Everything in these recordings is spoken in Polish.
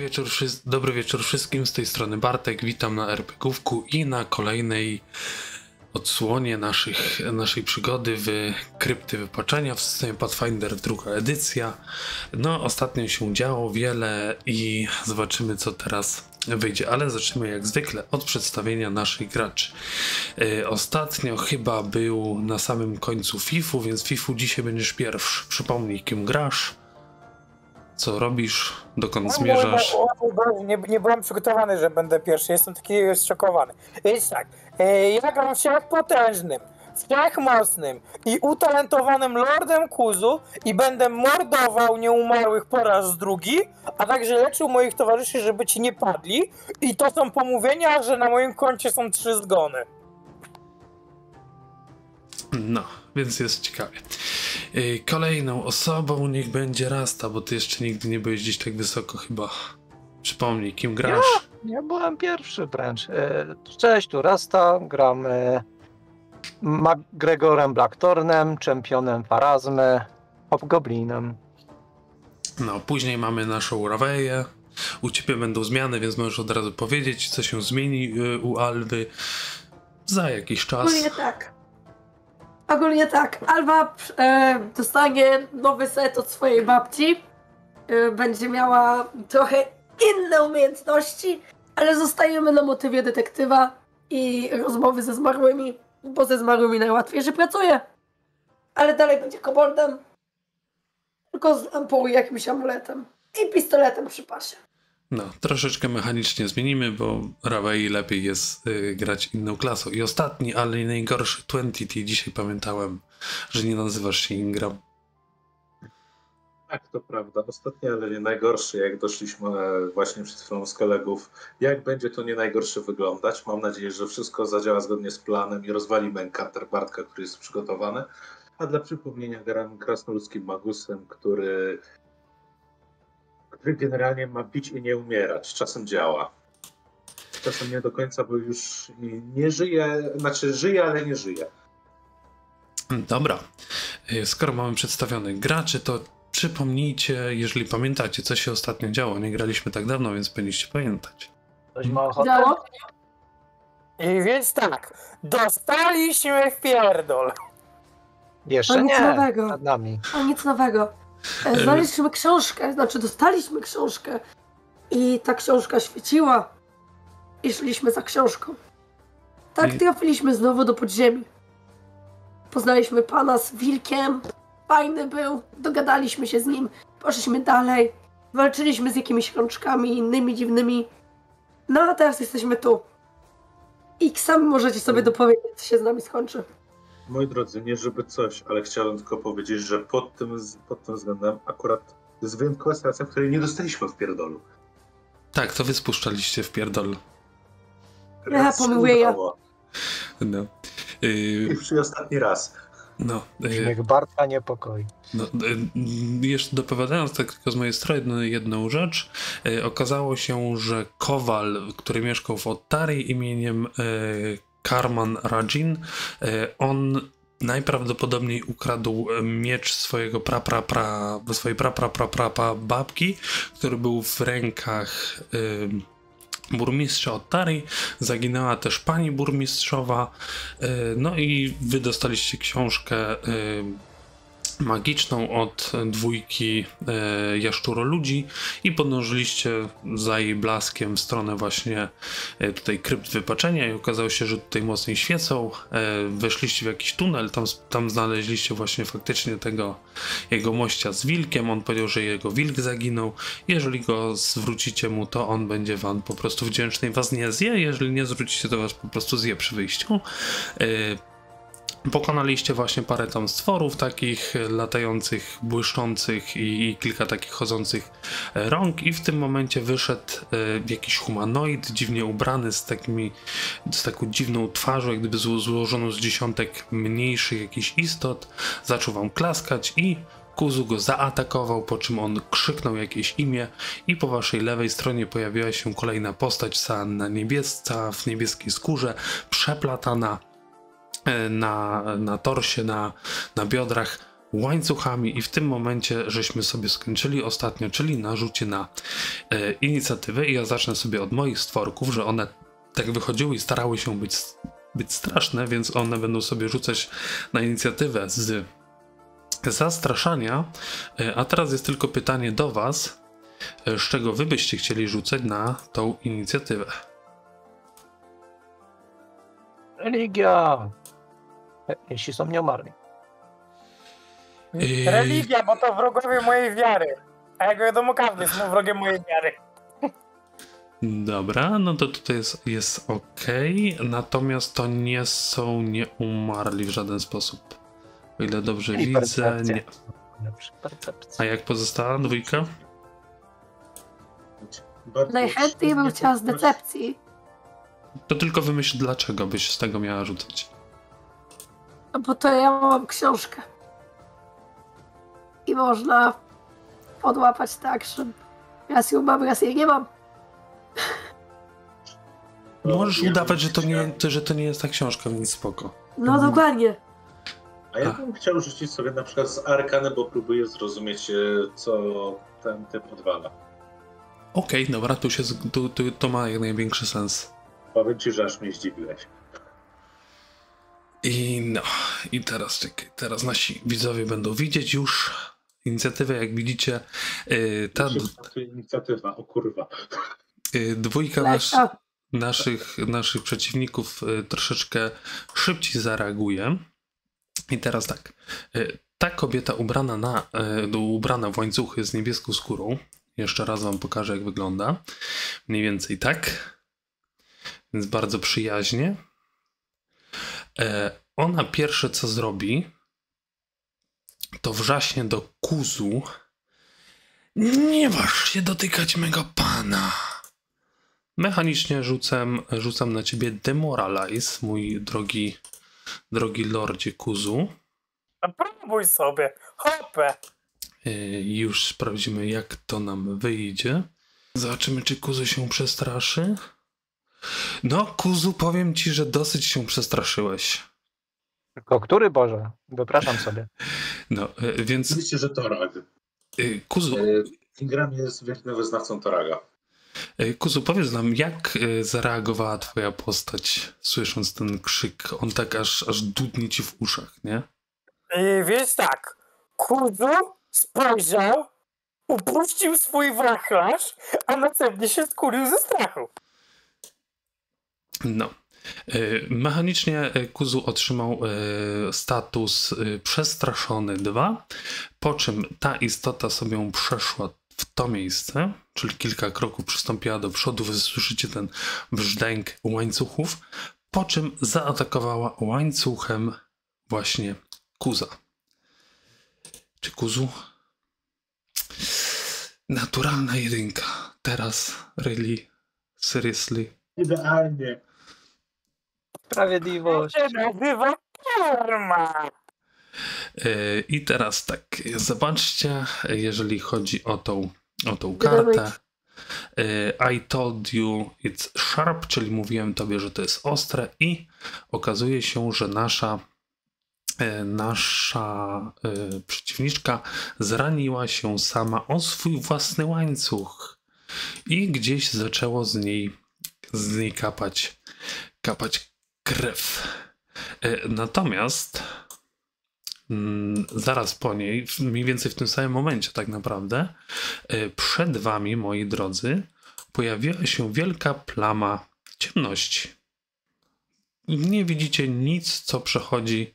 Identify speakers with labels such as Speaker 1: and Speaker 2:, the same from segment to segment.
Speaker 1: dobry wieczór wszystkim, z tej strony Bartek, witam na RPGówku i na kolejnej odsłonie naszej przygody w Krypty Wypaczenia w systemie Pathfinder, druga edycja. No, ostatnio się działo wiele i zobaczymy, co teraz wyjdzie, ale zaczniemy jak zwykle od przedstawienia naszych graczy. Ostatnio chyba był na samym końcu FIF-u, więc FIF-u dzisiaj będziesz pierwszy. Przypomnij, kim grasz, co robisz, dokąd zmierzasz.
Speaker 2: Nie byłem przygotowany, że będę pierwszy, jestem taki zszokowany. Więc tak, ja gram wszechpotężnym, wszechmocnym i utalentowanym Lordem Kuzu i będę mordował nieumarłych po raz drugi, a także leczył moich towarzyszy, żeby ci nie padli, i to są pomówienia, że na moim koncie są 3 zgony.
Speaker 1: No, więc jest ciekawie. Kolejną osobą niech będzie Rasta, bo ty jeszcze nigdy nie byłeś gdzieś tak wysoko chyba. Przypomnij, kim grasz?
Speaker 3: Ja byłem pierwszy wręcz. Cześć, tu Rasta, gram MacGregorem Blackthornem, czempionem Farazmy, Hobgoblinem.
Speaker 1: No, później mamy naszą Raweję. U ciebie będą zmiany, więc możesz od razu powiedzieć, co się zmieni u Alwy za jakiś czas.
Speaker 4: Ogólnie tak, Alwa dostanie nowy set od swojej babci, będzie miała trochę inne umiejętności, ale zostajemy na motywie detektywa i rozmowy ze zmarłymi, bo ze zmarłymi najłatwiej się pracuje, ale dalej będzie koboldem, tylko z lampą i jakimś amuletem i pistoletem przy pasie.
Speaker 1: No, troszeczkę mechanicznie zmienimy, bo Rawei lepiej jest grać inną klasą. I ostatni, ale nie najgorszy, 20T. Dzisiaj pamiętałem, że nie nazywasz się Ingram.
Speaker 5: Tak, to prawda. Ostatni, ale nie najgorszy, jak doszliśmy właśnie przed chwilą z kolegów. Jak będzie to nie najgorsze wyglądać? Mam nadzieję, że wszystko zadziała zgodnie z planem i rozwalimy encounter Bartka, który jest przygotowany. A dla przypomnienia gram krasnoludzkim magusem, który generalnie ma bić i nie umierać. Czasem działa. Czasem nie do końca, bo już nie żyje, znaczy żyje, ale nie żyje.
Speaker 1: Dobra. Skoro mamy przedstawionych graczy, to przypomnijcie, jeżeli pamiętacie, co się ostatnio działo. Nie graliśmy tak dawno, więc powinniście pamiętać.
Speaker 3: Ktoś ma ochotę?
Speaker 2: I więc tak, dostaliśmy w pierdol.
Speaker 3: Jeszcze
Speaker 4: nic
Speaker 3: nie,
Speaker 4: nowego.
Speaker 3: nad nami.
Speaker 4: A nic nowego. Znaleźliśmy książkę, dostaliśmy książkę i ta książka świeciła i szliśmy za książką. Tak trafiliśmy znowu do podziemi. Poznaliśmy pana z wilkiem, fajny był, dogadaliśmy się z nim, poszliśmy dalej, walczyliśmy z jakimiś rączkami innymi dziwnymi, no a teraz jesteśmy tu. I sami możecie sobie dopowiedzieć, co się z nami skończy.
Speaker 5: Moi drodzy, nie żeby coś, ale chciałem tylko powiedzieć, że pod tym względem akurat to jest wyjątkowa sytuacja, w której nie dostaliśmy w pierdolu.
Speaker 1: Tak, to wy spuszczaliście w pierdol.
Speaker 4: Ja pomyłuję.
Speaker 1: No.
Speaker 5: Pierwszy ostatni raz.
Speaker 1: No.
Speaker 3: Śmiech Bartka niepokoi.
Speaker 1: No, jeszcze dopowiadając tak tylko z mojej strony jedną rzecz, okazało się, że Kowal, który mieszkał w Ottari imieniem Karman Rajin, on najprawdopodobniej ukradł miecz swojego swojej babki, który był w rękach burmistrza Ottari. Zaginęła też pani burmistrzowa, no i wy dostaliście książkę magiczną od dwójki jaszczuroludzi i podążyliście za jej blaskiem w stronę właśnie tutaj krypt wypaczenia i okazało się, że tutaj mocniej świecą. Weszliście w jakiś tunel, tam znaleźliście właśnie faktycznie tego jego mościa z wilkiem. On powiedział, że jego wilk zaginął. Jeżeli go zwrócicie mu, to on będzie wam po prostu wdzięczny i was nie zje. Jeżeli nie zwrócicie, to was po prostu zje przy wyjściu. Pokonaliście właśnie parę tam stworów takich latających, błyszczących i kilka takich chodzących rąk i w tym momencie wyszedł jakiś humanoid dziwnie ubrany z taką dziwną twarzą, jak gdyby złożoną z dziesiątek mniejszych jakichś istot. Zaczął wam klaskać i Kuzu go zaatakował, po czym on krzyknął jakieś imię i po waszej lewej stronie pojawiła się kolejna postać cała w niebieskiej skórze, przeplatana na torsie, na biodrach łańcuchami i w tym momencie żeśmy sobie skończyli ostatnio, czyli na rzucie na inicjatywę i ja zacznę sobie od moich stworków, że one tak wychodziły i starały się być straszne, więc one będą sobie rzucać na inicjatywę z zastraszania, a teraz jest tylko pytanie do was, z czego wy byście chcieli rzucać na tą inicjatywę.
Speaker 3: Religia! Jeśli są nieumarli.
Speaker 2: Religia, bo to wrogowie mojej wiary. A jak wiadomo, każdy jest wrogiem mojej wiary.
Speaker 1: Dobra, no to tutaj jest ok, natomiast to nie są nieumarli w żaden sposób. O ile dobrze
Speaker 3: I
Speaker 1: widzę,
Speaker 3: percepcja.
Speaker 1: nie.
Speaker 3: Percepcja.
Speaker 1: A jak pozostała dwójka?
Speaker 4: Najchętniej bym chciała z decepcji,
Speaker 1: To tylko wymyśl, dlaczego byś z tego miała rzucać.
Speaker 4: bo to ja mam książkę. I można podłapać tak, że raz ją mam, raz jej nie mam.
Speaker 1: Możesz udawać, że to nie jest ta książka, więc spoko.
Speaker 4: No dokładnie.
Speaker 5: A ja bym chciał rzucić sobie na przykład z arkany, bo próbuję zrozumieć, co ten typ odwala.
Speaker 1: Okej, dobra, to ma jak największy sens.
Speaker 5: Powiem ci, że aż mnie zdziwiłeś.
Speaker 1: I teraz czekaj, teraz nasi widzowie będą widzieć już inicjatywę, jak widzicie. Ta
Speaker 5: Inicjatywa, o kurwa.
Speaker 1: dwójka
Speaker 4: Lesza.
Speaker 1: naszych przeciwników troszeczkę szybciej zareaguje. I teraz tak, ta kobieta ubrana w łańcuchy z niebieską skórą, jeszcze raz wam pokażę, jak wygląda, mniej więcej tak, więc bardzo przyjaźnie. Ona pierwsze co zrobi, to wrzaśnie do Kuzu: nie waż się dotykać mego pana. Mechanicznie rzucam na ciebie Demoralize, mój drogi lordzie Kuzu.
Speaker 2: A próbuj sobie. Hopę.
Speaker 1: Już sprawdzimy, jak to nam wyjdzie. Zobaczymy, czy Kuzu się przestraszy. No, Kuzu, powiem ci, że dosyć się przestraszyłeś.
Speaker 3: Tylko który Boże? Wypraszam sobie.
Speaker 1: No, więc
Speaker 5: Oczywiście, że Torag.
Speaker 1: Kuzu,
Speaker 5: Ingram jest wielkim wyznawcą Toraga.
Speaker 1: Kuzu, powiedz nam, jak zareagowała twoja postać, słysząc ten krzyk? On tak aż dudni ci w uszach, nie?
Speaker 2: I więc tak. Kuzu spojrzał, upuścił swój wachlarz, a następnie się skulił ze strachu.
Speaker 1: No. Mechanicznie Kuzu otrzymał status przestraszony 2, po czym ta istota sobie przeszła w to miejsce, czyli kilka kroków przystąpiła do przodu, wy słyszycie ten brzdęk łańcuchów, po czym zaatakowała łańcuchem właśnie Kuza. Czy Kuzu? Naturalna jedynka. Teraz, really? Seriously?
Speaker 5: Idealnie.
Speaker 3: Sprawiedliwość.
Speaker 2: To się nazywa karma.
Speaker 1: I teraz tak, zobaczcie, jeżeli chodzi o tą kartę. I told you it's sharp, czyli mówiłem tobie, że to jest ostre, i okazuje się, że nasza przeciwniczka zraniła się sama o swój własny łańcuch i gdzieś zaczęło z niej kapać krew. Natomiast zaraz po niej, mniej więcej w tym samym momencie tak naprawdę, przed wami, moi drodzy, pojawiła się wielka plama ciemności. Nie widzicie nic, co przechodzi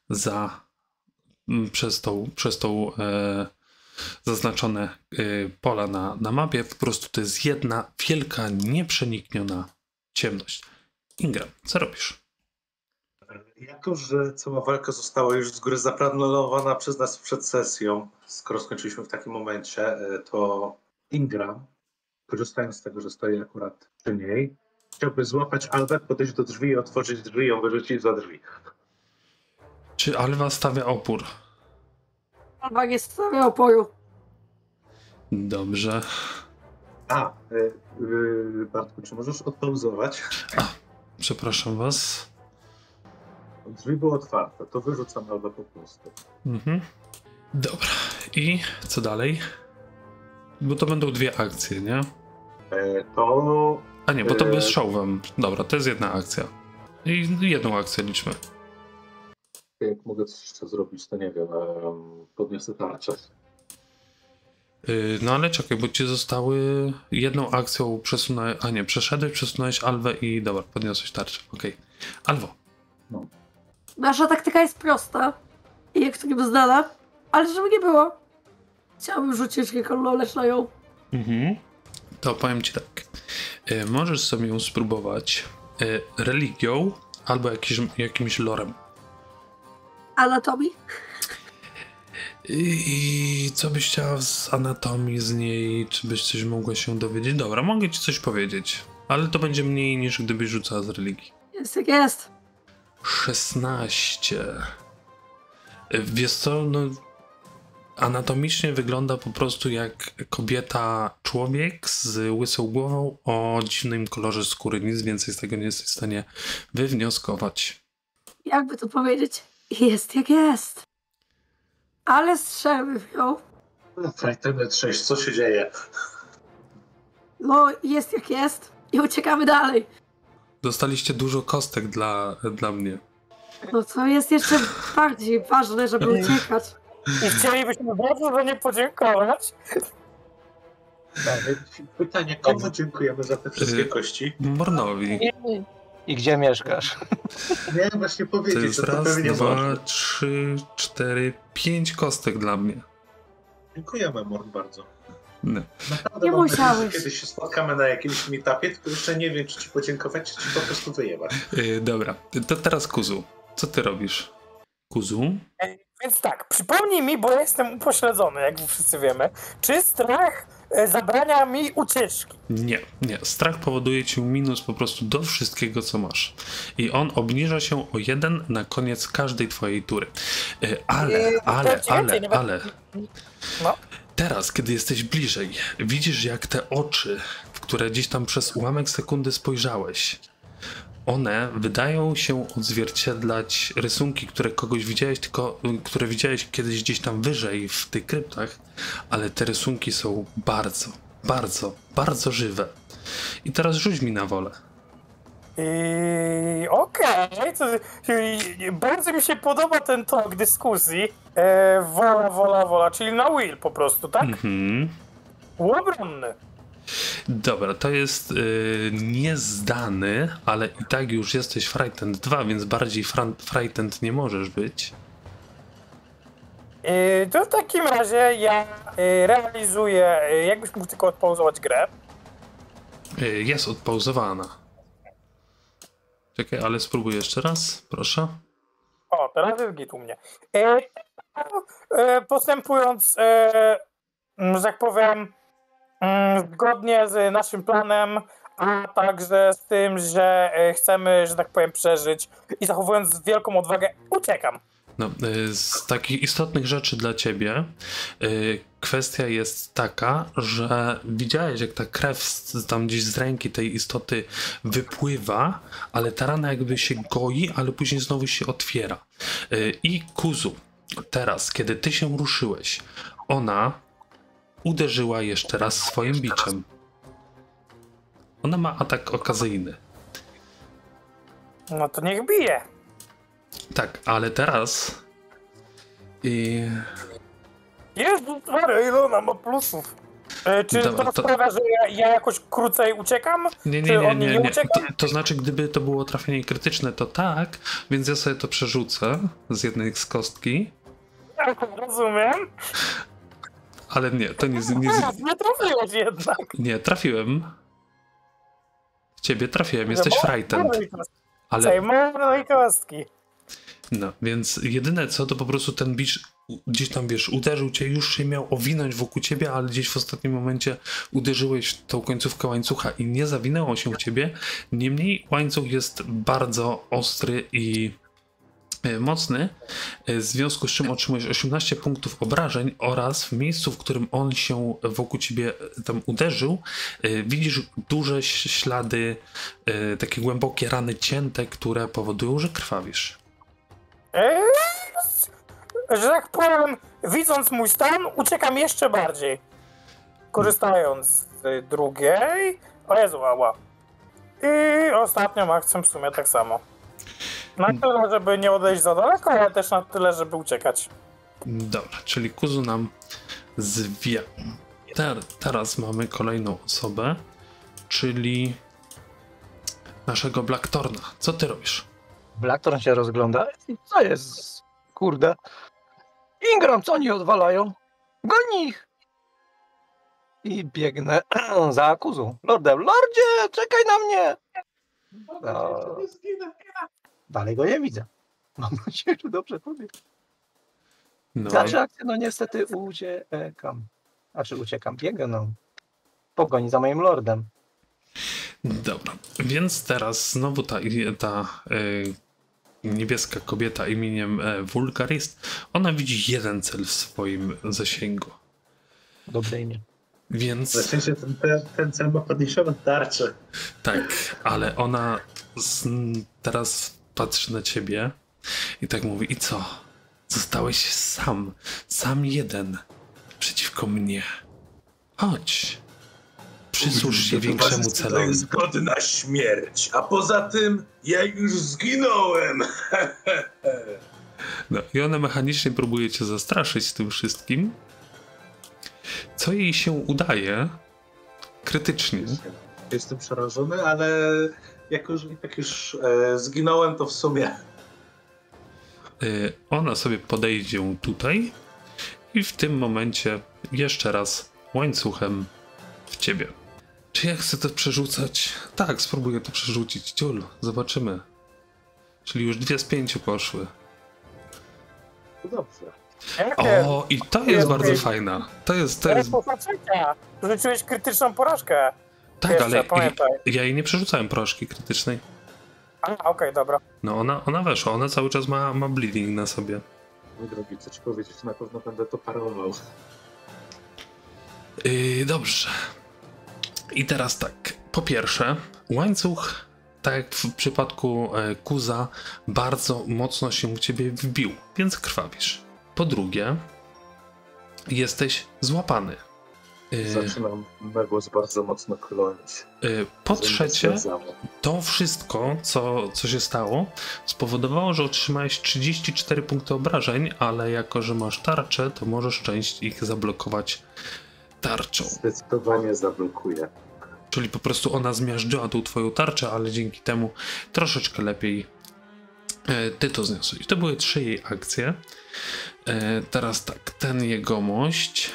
Speaker 1: przez tą zaznaczone pola na mapie. Po prostu to jest jedna wielka, nieprzenikniona ciemność. Ingram, co robisz?
Speaker 5: Jako że cała walka została już z góry zaplanowana przez nas przed sesją, skoro skończyliśmy w takim momencie, to Ingram, korzystając z tego, że stoi akurat przy niej, chciałby złapać Alwę, podejść do drzwi i otworzyć drzwi i ją wyrzucić za drzwi.
Speaker 1: Czy Alwa stawia opór?
Speaker 4: Alba nie stawia oporu.
Speaker 1: Dobrze.
Speaker 5: Bartku, czy możesz odpauzować?
Speaker 1: Przepraszam was.
Speaker 5: Drzwi były otwarte, to wyrzucam Alwę po prostu.
Speaker 1: Mhm. Dobra. I co dalej? Bo to będą 2 akcje, nie?
Speaker 5: To...
Speaker 1: A nie, bo to bez showem. Dobra, to jest 1 akcja. I 1 akcję liczmy.
Speaker 5: Jak mogę coś jeszcze zrobić, to nie wiem, podniosę tarczę.
Speaker 1: No ale czekaj, bo ci zostały 1 akcją przesunąłeś... A nie, przesunąłeś Alwę i dobra, podniosłeś tarczę. Okej. Alwo.
Speaker 4: Nasza taktyka jest prosta i ekstrem znana, ale żeby nie było, chciałabym rzucić knowledge na ją.
Speaker 1: To powiem ci tak. Możesz sobie ją spróbować religią albo jakimś lorem.
Speaker 4: Anatomii?
Speaker 1: I co byś chciała z anatomii z niej? Czy byś coś mogła się dowiedzieć? Dobra, mogę ci coś powiedzieć, ale to będzie mniej niż gdybyś rzucała z religii.
Speaker 4: Jest jak jest.
Speaker 1: 16. Wiesz co, no anatomicznie wygląda po prostu jak kobieta-człowiek z łysą głową o dziwnym kolorze skóry. Nic więcej z tego nie jesteś w stanie wywnioskować.
Speaker 4: Jakby to powiedzieć, jest jak jest. Ale strzelmy w nią.
Speaker 5: Frajtenet 6, co się dzieje?
Speaker 4: No, jest jak jest i uciekamy dalej.
Speaker 1: Dostaliście dużo kostek dla mnie.
Speaker 4: No to jest jeszcze bardziej ważne, żeby uciekać.
Speaker 2: I chcielibyśmy bardzo za nie podziękować.
Speaker 5: Pytanie, komu dziękujemy za te wszystkie kości?
Speaker 1: Mornowi.
Speaker 3: I gdzie mieszkasz?
Speaker 5: Miałem właśnie
Speaker 1: To
Speaker 5: powiedzieć,
Speaker 1: jest
Speaker 5: że to
Speaker 1: raz,
Speaker 5: pewnie
Speaker 1: 2,
Speaker 5: można.
Speaker 1: 3, 4, 5 kostek dla mnie.
Speaker 5: Dziękujemy, Morn, bardzo.
Speaker 1: No.
Speaker 5: Naprawdę
Speaker 4: Nie
Speaker 5: mam nadzieję,
Speaker 4: musiałeś.
Speaker 5: że kiedyś się spotkamy na jakimś meetupie, tylko jeszcze nie wiem, czy ci podziękować, czy ci po prostu wyjebać.
Speaker 1: Dobra, to teraz Kuzu. Co ty robisz? Kuzu?
Speaker 2: Więc tak, przypomnij mi, bo ja jestem upośledzony, jak wszyscy wiemy. Czy strach zabrania mi ucieczki?
Speaker 1: Nie. Strach powoduje ci minus po prostu do wszystkiego, co masz. I on obniża się o 1 na koniec każdej twojej tury. Ale.
Speaker 2: No.
Speaker 1: Teraz, kiedy jesteś bliżej, widzisz jak te oczy, w które gdzieś tam przez ułamek sekundy spojrzałeś, one wydają się odzwierciedlać rysunki, które kogoś widziałeś, tylko które widziałeś kiedyś gdzieś tam wyżej w tych kryptach, ale te rysunki są bardzo, bardzo, bardzo żywe. I teraz rzuć mi na wolę.
Speaker 2: Okej, bardzo mi się podoba ten tok dyskusji. Wola, czyli na will po prostu, tak? Obronny.
Speaker 1: Dobra, to jest niezdany, ale i tak już jesteś Frightened 2, więc bardziej Frightened nie możesz być.
Speaker 2: To w takim razie ja realizuję, jakbyś mógł tylko odpauzować grę.
Speaker 1: Jest odpauzowana. Czekaj, ale spróbuj jeszcze raz, proszę.
Speaker 2: O, teraz jest git u mnie. Postępując, że tak powiem, zgodnie z naszym planem, a także z tym, że chcemy, że tak powiem, przeżyć i zachowując wielką odwagę, uciekam.
Speaker 1: No, z takich istotnych rzeczy dla ciebie kwestia jest taka, że widziałeś, jak ta krew tam gdzieś z ręki tej istoty wypływa, ale ta rana jakby się goi, ale później znowu się otwiera. I Kuzu, teraz, kiedy ty się ruszyłeś, ona uderzyła jeszcze raz swoim biczem. Ona ma atak okazyjny.
Speaker 2: No to niech bije.
Speaker 1: Tak, ale teraz...
Speaker 2: Jezu, ile ona ma plusów. Czy
Speaker 1: Dobra,
Speaker 2: to sprawia, że ja jakoś krócej uciekam?
Speaker 1: Nie. To znaczy, gdyby to było trafienie krytyczne, to tak, więc ja sobie to przerzucę z jednej z kostki.
Speaker 2: Rozumiem.
Speaker 1: Ale nie, to nie...
Speaker 2: Nie trafiłeś jednak.
Speaker 1: Nie, trafiłem. W ciebie trafiłem, jesteś frightened. Ale...
Speaker 2: Marnej kostki.
Speaker 1: No, więc jedyne co, to po prostu ten bicz gdzieś tam, wiesz, uderzył cię, już się miał owinąć wokół ciebie, ale gdzieś w ostatnim momencie uderzyłeś w tą końcówkę łańcucha i nie zawinęło się w ciebie. Niemniej łańcuch jest bardzo ostry i mocny, w związku z czym otrzymujesz 18 punktów obrażeń oraz w miejscu, w którym on się wokół ciebie tam uderzył, widzisz duże ślady, takie głębokie rany cięte, które powodują, że krwawisz.
Speaker 2: Że tak powiem, widząc mój stan, uciekam jeszcze bardziej. Korzystając z drugiej... O Jezu, ała. I ostatnią akcją w sumie tak samo. Na tyle, żeby nie odejść za daleko, ale też na tyle, żeby uciekać.
Speaker 1: Dobra, czyli Kuzu nam zwija. Teraz mamy kolejną osobę, czyli naszego Blacktorna. Co ty robisz?
Speaker 3: Blackthorn się rozgląda. I co jest? Kurde. Ingram, co oni odwalają? Goni ich! I biegnę za Kuzą. Lordem. Lordzie, czekaj na mnie! No, dalej go nie widzę. Mam nadzieję, że dobrze pobiegł.
Speaker 1: No,
Speaker 3: Znaczy akcję, no niestety uciekam. Znaczy uciekam, biegę, no. Pogoni za moim lordem.
Speaker 1: dobra, więc teraz znowu ta niebieska kobieta imieniem Vulgarist, ona widzi jeden cel w swoim zasięgu.
Speaker 3: Dobre imię.
Speaker 1: Więc...
Speaker 5: W sensie ten cel ma podniesioną tarczę.
Speaker 1: Tak, ale ona teraz patrzy na ciebie i tak mówi, i co? Zostałeś sam jeden przeciwko mnie. Chodź. Przysłuż się większemu
Speaker 5: To
Speaker 1: celowi.
Speaker 5: jest godna śmierć, a poza tym ja już zginąłem.
Speaker 1: No, i ona mechanicznie próbuje cię zastraszyć tym wszystkim, co jej się udaje krytycznie.
Speaker 5: Jestem przerażony, ale jako, że i tak już zginąłem, to w sumie...
Speaker 1: Ona sobie podejdzie tutaj i w tym momencie jeszcze raz łańcuchem w ciebie. Czy ja chcę to przerzucać? Tak, spróbuję to przerzucić. Ciul, zobaczymy. Czyli już 2 z 5 poszły.
Speaker 5: To dobrze.
Speaker 1: O, i to jest bardzo fajna. To jest...
Speaker 2: Popatrzenia. Rzuciłeś krytyczną porażkę.
Speaker 1: Tak,
Speaker 2: Jeszcze,
Speaker 1: ale
Speaker 2: pamiętaj.
Speaker 1: ja jej nie przerzucałem porażki krytycznej.
Speaker 2: Okej, dobra.
Speaker 1: No ona weszła, ona cały czas ma bleeding na sobie.
Speaker 5: Mój drogi, co ci powiedzieć, na pewno będę to parował.
Speaker 1: Dobrze. I teraz tak. Po pierwsze, łańcuch, tak jak w przypadku Kuza, bardzo mocno się u ciebie wbił, więc krwawisz. Po drugie, jesteś złapany.
Speaker 5: Zaczynam megłos bardzo mocno klonić.
Speaker 1: Po trzecie, to wszystko, co się stało, spowodowało, że otrzymałeś 34 punkty obrażeń, ale jako, że masz tarczę, to możesz część ich zablokować tarczą.
Speaker 5: Zdecydowanie zablokuję.
Speaker 1: Czyli po prostu ona zmiażdżyła tą twoją tarczę, ale dzięki temu troszeczkę lepiej ty to zniosłeś. To były 3 jej akcje. Teraz tak, ten jegomość,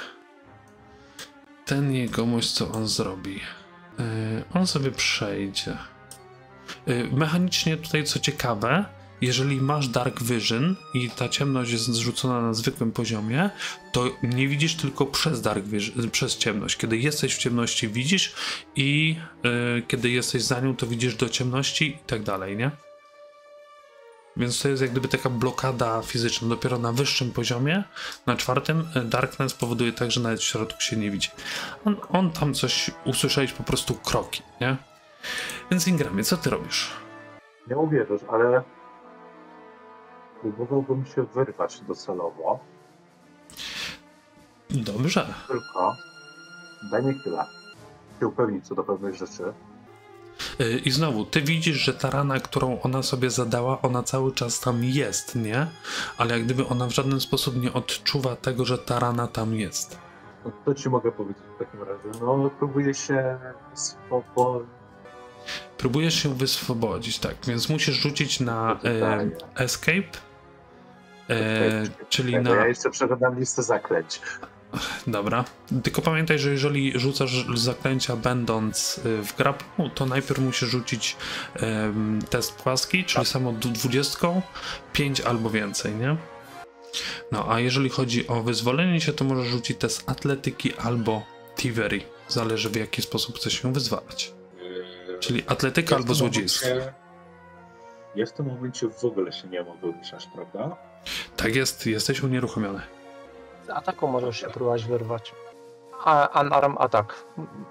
Speaker 1: co on zrobi? On sobie przejdzie. Mechanicznie tutaj, co ciekawe, jeżeli masz Dark Vision i ta ciemność jest zrzucona na zwykłym poziomie, to nie widzisz tylko przez Dark Vision, przez ciemność. Kiedy jesteś w ciemności, widzisz i kiedy jesteś za nią, to widzisz do ciemności i tak dalej, nie? Więc to jest jak gdyby taka blokada fizyczna. Dopiero na wyższym poziomie, na 4, Darkness powoduje tak, że nawet w środku się nie widzi. On tam coś, usłyszałeś po prostu kroki, nie? Więc Ingramie, co ty robisz?
Speaker 5: Nie uwierzysz, ale próbowałbym się wyrwać docelowo.
Speaker 1: Dobrze.
Speaker 5: Tylko daj mi chwilę. Się upewnić co do pewnych rzeczy.
Speaker 1: I znowu, ty widzisz, że ta rana, którą ona sobie zadała, ona cały czas tam jest, nie? Ale jak gdyby ona w żaden sposób nie odczuwa tego, że ta rana tam jest.
Speaker 5: No, to ci mogę powiedzieć w takim razie. No, próbuję się
Speaker 1: Próbujesz się wyswobodzić, tak, więc musisz rzucić na escape, czyli na...
Speaker 5: Ja jeszcze przeglądam listę zaklęć.
Speaker 1: Dobra, tylko pamiętaj, że jeżeli rzucasz zaklęcia będąc w grapplu, to najpierw musisz rzucić test płaski, czyli samo 20, 5 albo więcej, nie? No, a jeżeli chodzi o wyzwolenie się, to możesz rzucić test atletyki albo thievery, zależy w jaki sposób chcesz się wyzwalać. Czyli atletyka albo złodziejstwo.
Speaker 5: Ja w tym momencie w ogóle się nie mogę ruszać, prawda?
Speaker 1: Tak jest, jesteś unieruchomiony.
Speaker 3: Z ataku możesz się próbować wyrwać. Unarm atak.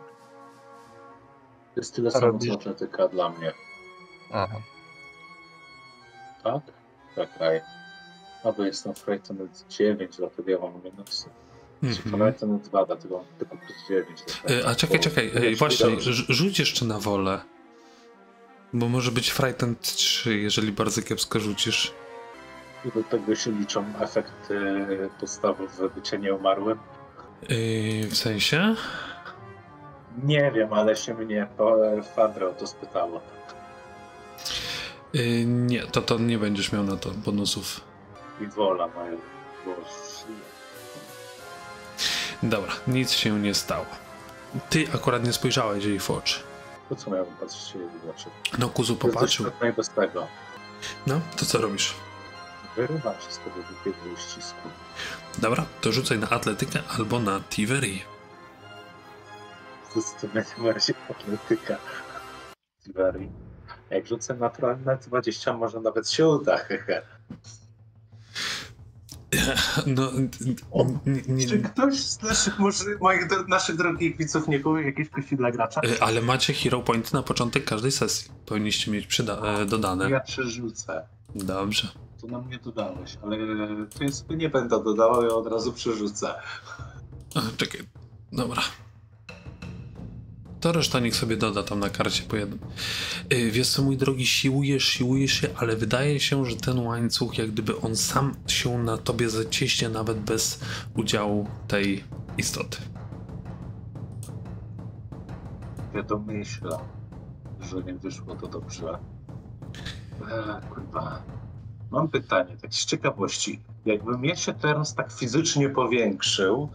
Speaker 5: To jest tyle samo co atletyka dla mnie.
Speaker 3: Aha.
Speaker 5: Tak? Czekaj. Albo jestem Frightened 9, dlatego ja mam minusy.
Speaker 1: Mhm.
Speaker 5: Frightened 2, dlatego mam tylko plus 9.
Speaker 1: A czekaj, właśnie, rzuć jeszcze na wolę. Bo może być Frightened 3, jeżeli bardzo kiepsko rzucisz.
Speaker 5: I do tego się liczą efekty podstawowe bycia nieumarłym.
Speaker 1: W sensie?
Speaker 5: Nie wiem, ale się mnie Fadre o to spytało.
Speaker 1: Nie, to nie będziesz miał na to bonusów.
Speaker 5: I wola moja.
Speaker 1: Dobra, nic się nie stało. Ty akurat nie spojrzałeś jej w oczy.
Speaker 5: Po co miałbym patrzeć się jej w oczy?
Speaker 1: No, Kuzu popatrzył.
Speaker 5: To bez tego.
Speaker 1: No, to co robisz?
Speaker 5: Wyrywam się z tego głupiego uścisku.
Speaker 1: Dobra, to rzucaj na atletykę albo na Thievery.
Speaker 5: Zdecydowanie bardziej atletyka. Thievery. Jak rzucę naturalne 20, może nawet się uda.
Speaker 1: No,
Speaker 5: Czy ktoś z naszych drogich widzów nie kupił jakiejś kości dla gracza?
Speaker 1: ale macie hero pointy na początek każdej sesji. Powinniście mieć dodane.
Speaker 5: Ja przerzucę.
Speaker 1: Dobrze.
Speaker 5: To nam nie dodałeś, ale to ja sobie nie będę dodawał, ja od razu przerzucę.
Speaker 1: Czekaj, dobra. To reszta niech sobie doda tam na karcie po jednym. Wiesz co, mój drogi, siłujesz się, ale wydaje się, że ten łańcuch, jak gdyby on sam się na tobie zacieśnie nawet bez udziału tej istoty.
Speaker 5: Ja domyślam, że nie wyszło to dobrze. Kurwa. Mam pytanie, tak z ciekawości. Jakbym ja się teraz tak fizycznie powiększył,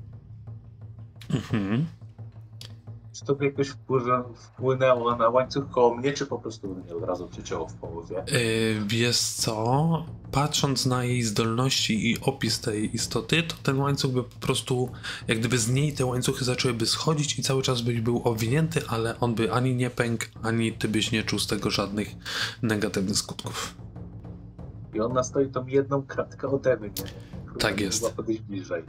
Speaker 5: czy to by jakoś wpłynęło na łańcuch koło mnie, czy po prostu mnie od razu przycięło w połowie?
Speaker 1: Wiesz co, patrząc na jej zdolności i opis tej istoty, to ten łańcuch by po prostu, jak gdyby z niej te łańcuchy zaczęłyby schodzić i cały czas byś był obwinięty, ale on by ani nie pękł, ani ty byś nie czuł z tego żadnych negatywnych skutków.
Speaker 5: I ona stoi tą jedną kratkę ode mnie.
Speaker 1: Tak jest.
Speaker 5: Mogła podejść bliżej.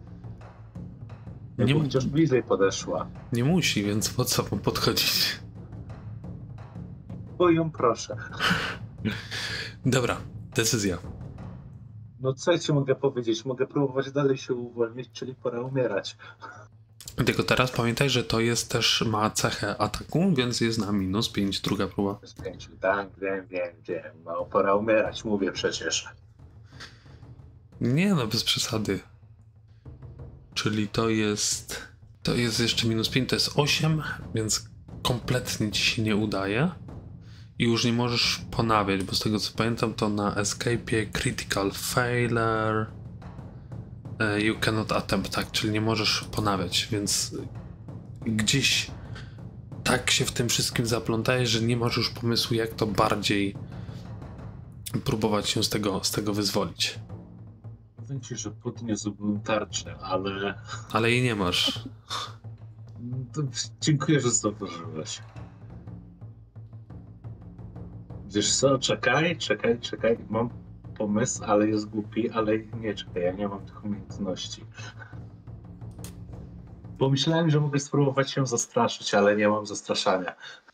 Speaker 1: Nie
Speaker 5: Jakby chociaż bliżej podeszła.
Speaker 1: Nie musi, więc po co podchodzić?
Speaker 5: O ją proszę.
Speaker 1: Dobra, decyzja.
Speaker 5: No co ja ci mogę powiedzieć? Mogę próbować dalej się uwolnić, czyli pora umierać.
Speaker 1: Tylko teraz pamiętaj, że to jest też, ma cechę ataku, więc jest na -5, druga próba.
Speaker 5: Z 5, tak, wiem. No pora umierać, mówię przecież.
Speaker 1: Nie no, bez przesady. Czyli to jest jeszcze -5, to jest 8, więc kompletnie ci się nie udaje. I już nie możesz ponawiać, bo z tego co pamiętam, to na escape'ie critical failure you cannot attempt, tak, czyli nie możesz ponawiać, więc gdzieś tak się w tym wszystkim zaplątajesz, że nie masz już pomysłu, jak to bardziej próbować się z tego wyzwolić.
Speaker 5: Powiem ci, że podniósłbym tarczę, ale...
Speaker 1: Ale jej nie masz.
Speaker 5: To dziękuję, że zauważyłeś. Wiesz co, czekaj. Mam pomysł, ale jest głupi, ale nie czekaj, ja nie mam tych umiejętności. Pomyślałem, że mogę spróbować się zastraszyć, ale nie mam zastraszania.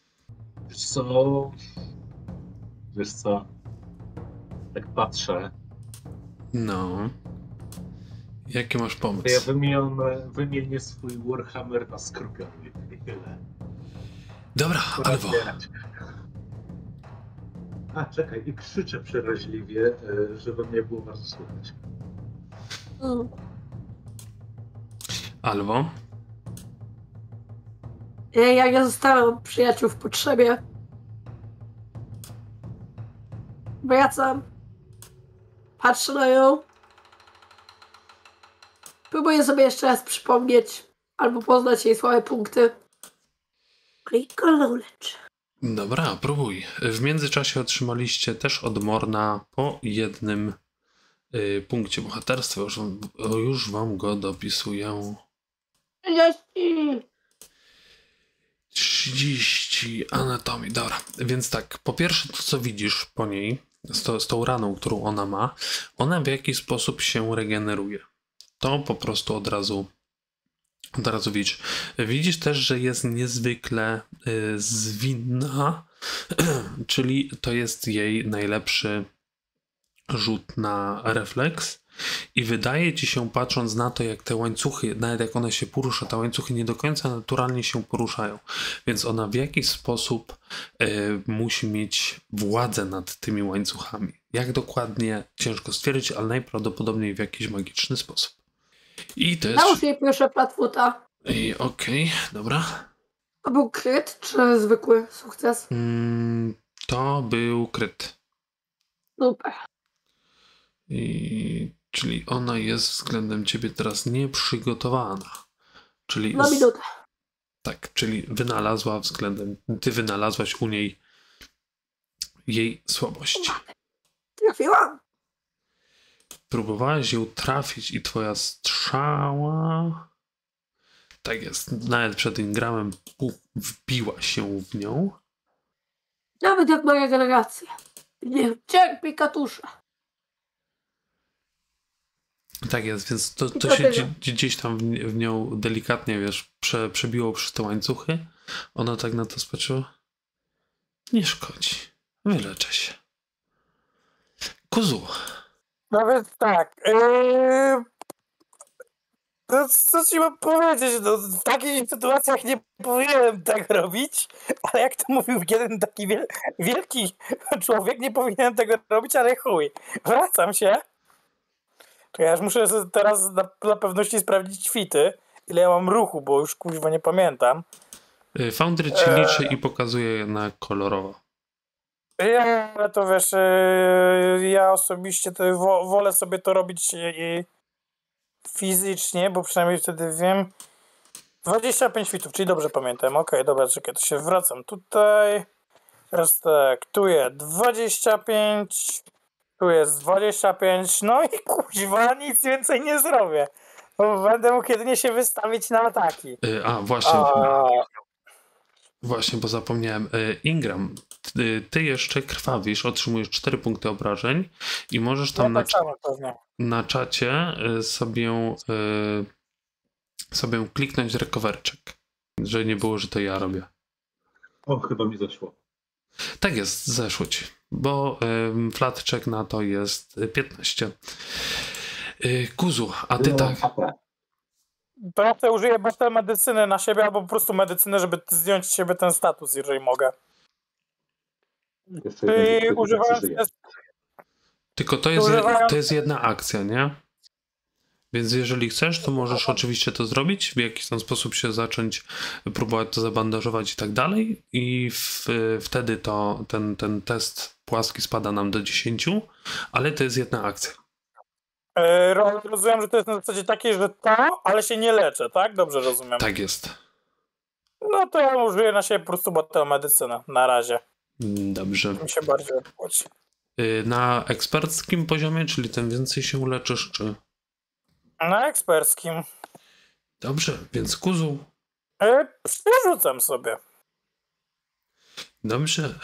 Speaker 5: Wiesz co, tak patrzę.
Speaker 1: No. Jaki masz pomysł?
Speaker 5: To ja wymienię swój Warhammer na skorpion i tyle.
Speaker 1: Dobra, Alwo.
Speaker 5: A, czekaj, i krzyczę przeraźliwie, żeby mnie było bardzo słychać.
Speaker 1: Alwo?
Speaker 4: Jak ja zostawiam przyjaciół w potrzebie. Wracam. Patrzę na nią. Próbuję sobie jeszcze raz przypomnieć albo poznać jej słabe punkty. Critical knowledge.
Speaker 1: Dobra, próbuj. W międzyczasie otrzymaliście też od Morna po jednym punkcie bohaterstwa. Już wam go dopisuję. 30 anatomii, dobra. Więc tak, po pierwsze to co widzisz po niej, z tą raną, którą ona ma, ona w jakiś sposób się regeneruje. To po prostu od razu widzisz. Widzisz też, że jest niezwykle zwinna, czyli to jest jej najlepszy rzut na refleks i wydaje ci się, patrząc na to, jak te łańcuchy, nawet jak one się porusza, te łańcuchy nie do końca naturalnie się poruszają, więc ona w jakiś sposób musi mieć władzę nad tymi łańcuchami. Jak dokładnie, ciężko stwierdzić, ale najprawdopodobniej w jakiś magiczny sposób. I to jest...
Speaker 4: Nałóż jej pierwsze platfuta.
Speaker 1: Okej, dobra.
Speaker 4: To był kryt, czy zwykły sukces?
Speaker 1: To był kryt.
Speaker 4: Super.
Speaker 1: Czyli ona jest względem ciebie teraz nieprzygotowana. Czyli
Speaker 4: Na minutę.
Speaker 1: tak, czyli wynalazła względem... Ty wynalazłaś u niej jej słabości.
Speaker 4: Trafiłam.
Speaker 1: Próbowałaś ją trafić i twoja strzała... Tak jest, nawet przed Ingramem wbiła się w nią.
Speaker 4: Nawet jak ma regenerację. Nie cierpi katusza.
Speaker 1: Tak jest, więc to się gdzieś tam w nią delikatnie, wiesz, przebiło przez te łańcuchy. Ona tak na to spatrzyła. Nie szkodzi. Wyleczę się. Kuzu.
Speaker 2: No więc tak. No, co ci mam powiedzieć? No, w takich sytuacjach nie powinienem tak robić, ale jak to mówił jeden taki wielki człowiek, nie powinienem tego robić, ale chuj. Wracam się. To ja już muszę teraz dla pewności sprawdzić kwity, ile ja mam ruchu, bo już kuźwa nie pamiętam.
Speaker 1: Foundry ci liczy i pokazuje na kolorowo.
Speaker 2: Ale to wiesz, ja osobiście to wolę sobie to robić fizycznie, bo przynajmniej wtedy wiem. 25 fitów, czyli dobrze pamiętam. Okej, dobra, czekaj, to się wracam tutaj. Teraz tak, tu jest 25, tu jest 25, no i kuźwa, nic więcej nie zrobię. Bo będę mógł jedynie się wystawić na ataki.
Speaker 1: Właśnie. Właśnie, bo zapomniałem. Ingram, ty jeszcze krwawisz, otrzymujesz 4 punkty obrażeń i możesz tam na czacie sobie kliknąć recovery check. Żeby nie było, że to ja robię.
Speaker 5: O, chyba mi zeszło.
Speaker 1: Tak jest, zeszło ci. Bo flat check na to jest 15. Kuzu, a ty tak.
Speaker 2: To ja sobie użyję battle medycyny na siebie, albo po prostu medycynę, żeby zdjąć z siebie ten status, jeżeli mogę.
Speaker 1: Tylko to jest jedna akcja, nie? Więc jeżeli chcesz, to możesz oczywiście to zrobić, w jakiś tam sposób się zacząć próbować to zabandażować i tak dalej i wtedy ten test płaski spada nam do 10, ale to jest jedna akcja.
Speaker 2: Rozumiem, że to jest na zasadzie takiej, że to, ale się nie leczę, tak? Dobrze rozumiem.
Speaker 1: Tak jest.
Speaker 2: No to ja użyję na siebie po prostu battle medycynę na razie.
Speaker 1: Dobrze.
Speaker 2: Mi się bardziej opłaci.
Speaker 1: Na eksperckim poziomie, czyli tym więcej się leczysz, czy...
Speaker 2: Na eksperckim.
Speaker 1: Dobrze, więc Kuzu.
Speaker 2: Przerzucam sobie.
Speaker 1: Dobrze.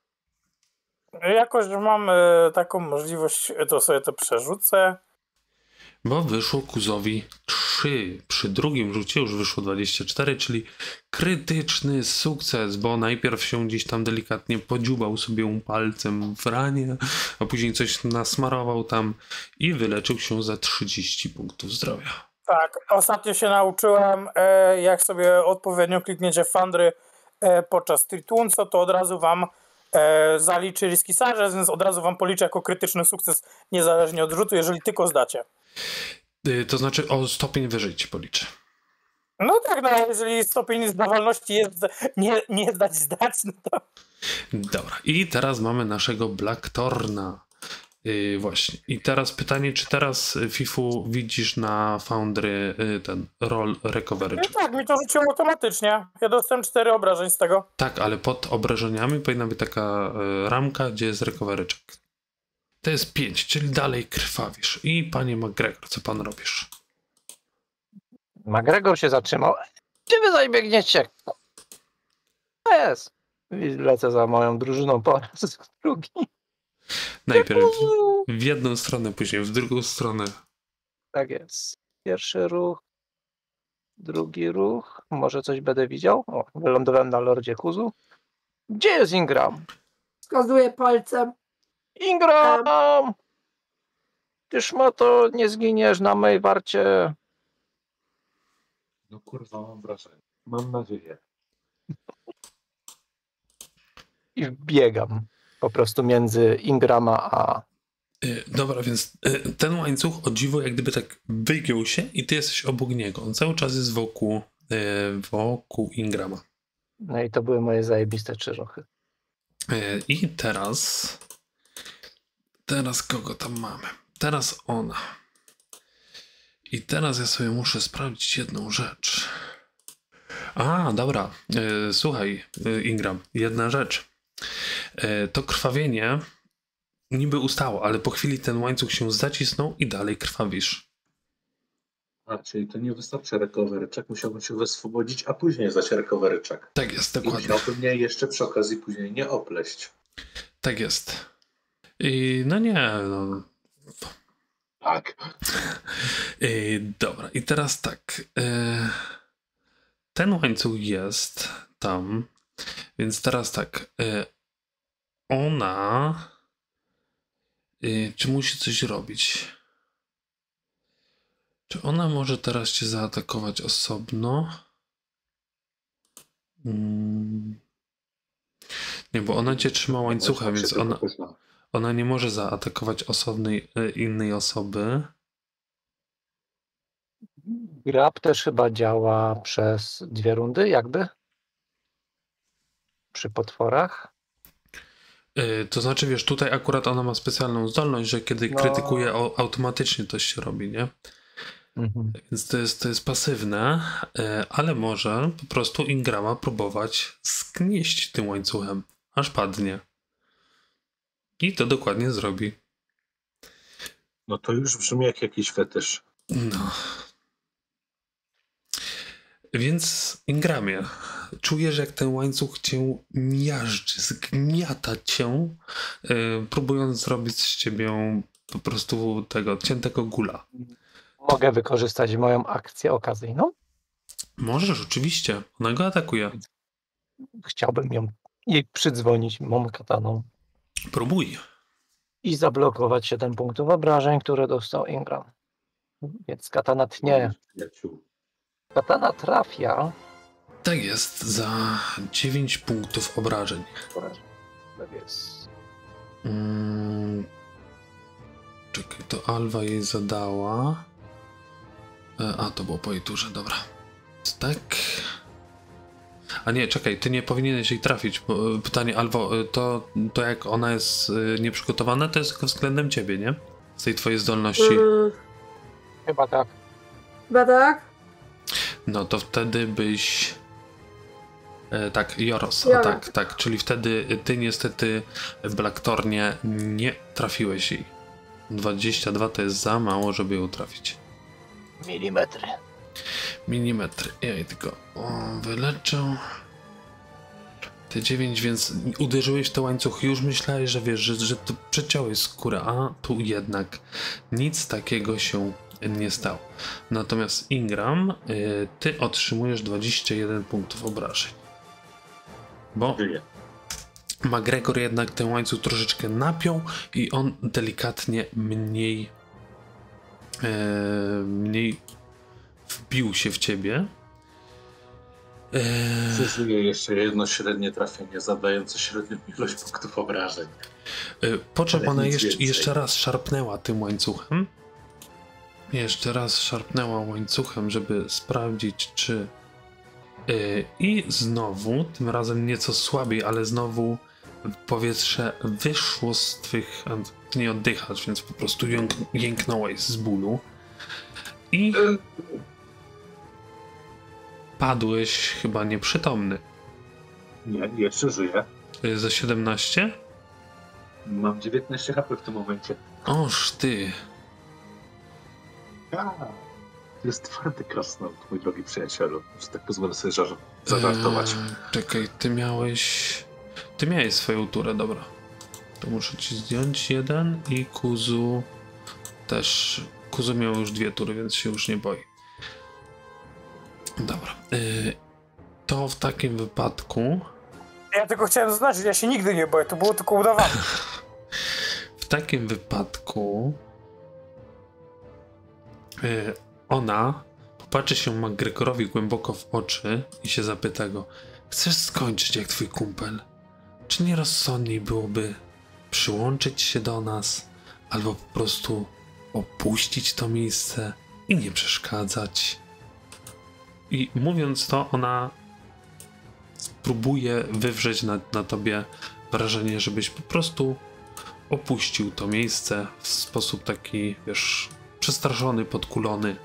Speaker 2: Jakoś mam taką możliwość, to sobie to przerzucę.
Speaker 1: Bo wyszło Kuzowi 3. Przy drugim rzucie już wyszło 24, czyli krytyczny sukces, bo najpierw się gdzieś tam delikatnie podziubał sobie palcem w ranie, a później coś nasmarował tam i wyleczył się za 30 punktów zdrowia.
Speaker 2: Tak, ostatnio się nauczyłem, jak sobie odpowiednio klikniecie Foundry podczas Street Woundsa, to od razu wam zaliczy Risky Suggest, więc od razu wam policzę jako krytyczny sukces, niezależnie od rzutu, jeżeli tylko zdacie.
Speaker 1: To znaczy o stopień wyżej ci policzę.
Speaker 2: No tak, no jeżeli stopień zdawalności jest nie zdać, no to...
Speaker 1: Dobra, i teraz mamy naszego Blackthorna. Właśnie. I teraz pytanie, czy teraz, Fifu, widzisz na Foundry ten roll recovery?
Speaker 2: No tak, mi to rzuciło automatycznie. Ja dostałem 4 obrażeń z tego.
Speaker 1: Tak, ale pod obrażeniami powinna być taka ramka, gdzie jest recovery check. To jest 5, czyli dalej krwawisz. I panie McGregor, co pan robisz?
Speaker 3: McGregor się zatrzymał. Gdzie wy zabiegniecie? Jest. I lecę za moją drużyną po raz drugi.
Speaker 1: Najpierw w jedną stronę, później w drugą stronę.
Speaker 3: Tak jest. Pierwszy ruch. Drugi ruch. Może coś będę widział? O, wylądowałem na Lordzie Kuzu. Gdzie jest Ingram?
Speaker 4: Wskazuję palcem.
Speaker 3: Ingram! Ty szmato, nie zginiesz na mej warcie.
Speaker 5: No kurwa, mam wrażenie. Mam nadzieję.
Speaker 3: I biegam po prostu między Ingrama a...
Speaker 1: Dobra, więc ten łańcuch o dziwo jak gdyby tak wygiął się i ty jesteś obok niego. On cały czas jest wokół Ingrama.
Speaker 3: No i to były moje zajebiste czerochy.
Speaker 1: I teraz kogo tam mamy? Teraz ona. I teraz ja sobie muszę sprawdzić jedną rzecz. A, dobra. Słuchaj, Ingram, jedna rzecz. To krwawienie niby ustało, ale po chwili ten łańcuch się zacisnął i dalej krwawisz.
Speaker 5: A, czyli to nie wystarczy recovery check, musiałbym się wyswobodzić, a później zdać recovery check.
Speaker 1: Tak jest,
Speaker 5: I
Speaker 1: dokładnie.
Speaker 5: musiałbym mnie jeszcze przy okazji później nie opleść.
Speaker 1: Tak jest. I no nie, no.
Speaker 5: Tak.
Speaker 1: Dobra, i teraz tak. Ten łańcuch jest tam, więc teraz tak. Ona. Czy musi coś robić? Czy ona może teraz cię zaatakować osobno? Nie, bo ona cię trzyma łańcuchem, więc ona nie może zaatakować innej osoby.
Speaker 3: Grab też chyba działa przez 2 rundy, jakby? Przy potworach?
Speaker 1: To znaczy, wiesz, tutaj akurat ona ma specjalną zdolność, że kiedy krytykuje, automatycznie to się robi, nie?
Speaker 3: Mhm.
Speaker 1: Więc to jest pasywne, ale może po prostu Ingrama próbować sknieść tym łańcuchem, aż padnie. I to dokładnie zrobi.
Speaker 5: No to już brzmi jak jakiś fetysz.
Speaker 1: No. Więc Ingramie, czujesz, jak ten łańcuch cię miażdży, zgniata cię, próbując zrobić z ciebie po prostu tego ciętego gula.
Speaker 3: Mogę wykorzystać moją akcję okazyjną?
Speaker 1: Możesz, oczywiście. Ona go atakuje.
Speaker 3: Chciałbym jej przydzwonić mą kataną
Speaker 1: Próbuj.
Speaker 3: i zablokować 7 punktów obrażeń, które dostał Ingram. Więc katana tnie. Katana trafia.
Speaker 1: Tak jest, za 9 punktów obrażeń.
Speaker 3: Tak jest.
Speaker 1: Czekaj, to Alwa jej zadała. A, to było po jej turze, dobra. Tak. A nie, czekaj, ty nie powinieneś jej trafić. Bo pytanie, Alwo, to jak ona jest nieprzygotowana, to jest tylko względem ciebie, nie? Z tej twojej zdolności.
Speaker 3: Chyba tak.
Speaker 4: Chyba tak?
Speaker 1: No to wtedy byś... tak, Joros. Tak. Czyli wtedy ty niestety w Blackthornie nie trafiłeś jej. 22 to jest za mało, żeby ją trafić. Milimetry. Ja jej tylko wyleczę. Te 9, więc uderzyłeś w ten łańcuch. Już myślałeś, że wiesz, że to przeciąłeś skórę, a tu jednak nic takiego się nie stało. Natomiast Ingram, ty otrzymujesz 21 punktów obrażeń. Bo McGregor jednak ten łańcuch troszeczkę napiął i on delikatnie mniej wbił się w ciebie.
Speaker 5: Przeżyję jeszcze jedno średnie trafienie, zadające średnią ilość punktów obrażeń.
Speaker 1: Po czym ona jeszcze raz szarpnęła tym łańcuchem. Jeszcze raz szarpnęła łańcuchem, żeby sprawdzić, czy... I znowu, tym razem nieco słabiej, ale znowu powietrze wyszło z twych... Ty nie oddychasz, więc po prostu jęknąłeś z bólu. I... padłeś chyba nieprzytomny.
Speaker 5: Nie, jeszcze żyję.
Speaker 1: Za 17?
Speaker 5: Mam 19 HP w tym momencie.
Speaker 1: Oż ty.
Speaker 5: To jest twardy krasnolud, mój drogi przyjacielu. Że tak pozwolę sobie zażartować.
Speaker 1: Czekaj, ty miałeś swoją turę, dobra. To muszę ci zdjąć jeden i Kuzu też. Kuzu miał już 2 tury, więc się już nie boi. Dobra. To w takim wypadku...
Speaker 2: Ja tylko chciałem zaznaczyć, ja się nigdy nie boję, to było tylko udawane.
Speaker 1: W takim wypadku... Ona popatrzy się McGregorowi głęboko w oczy i się zapyta go: chcesz skończyć jak twój kumpel? Czy nie rozsądniej byłoby przyłączyć się do nas, albo po prostu opuścić to miejsce i nie przeszkadzać? I mówiąc to, ona spróbuje wywrzeć na tobie wrażenie, żebyś po prostu opuścił to miejsce w sposób taki, wiesz, przestraszony, podkulony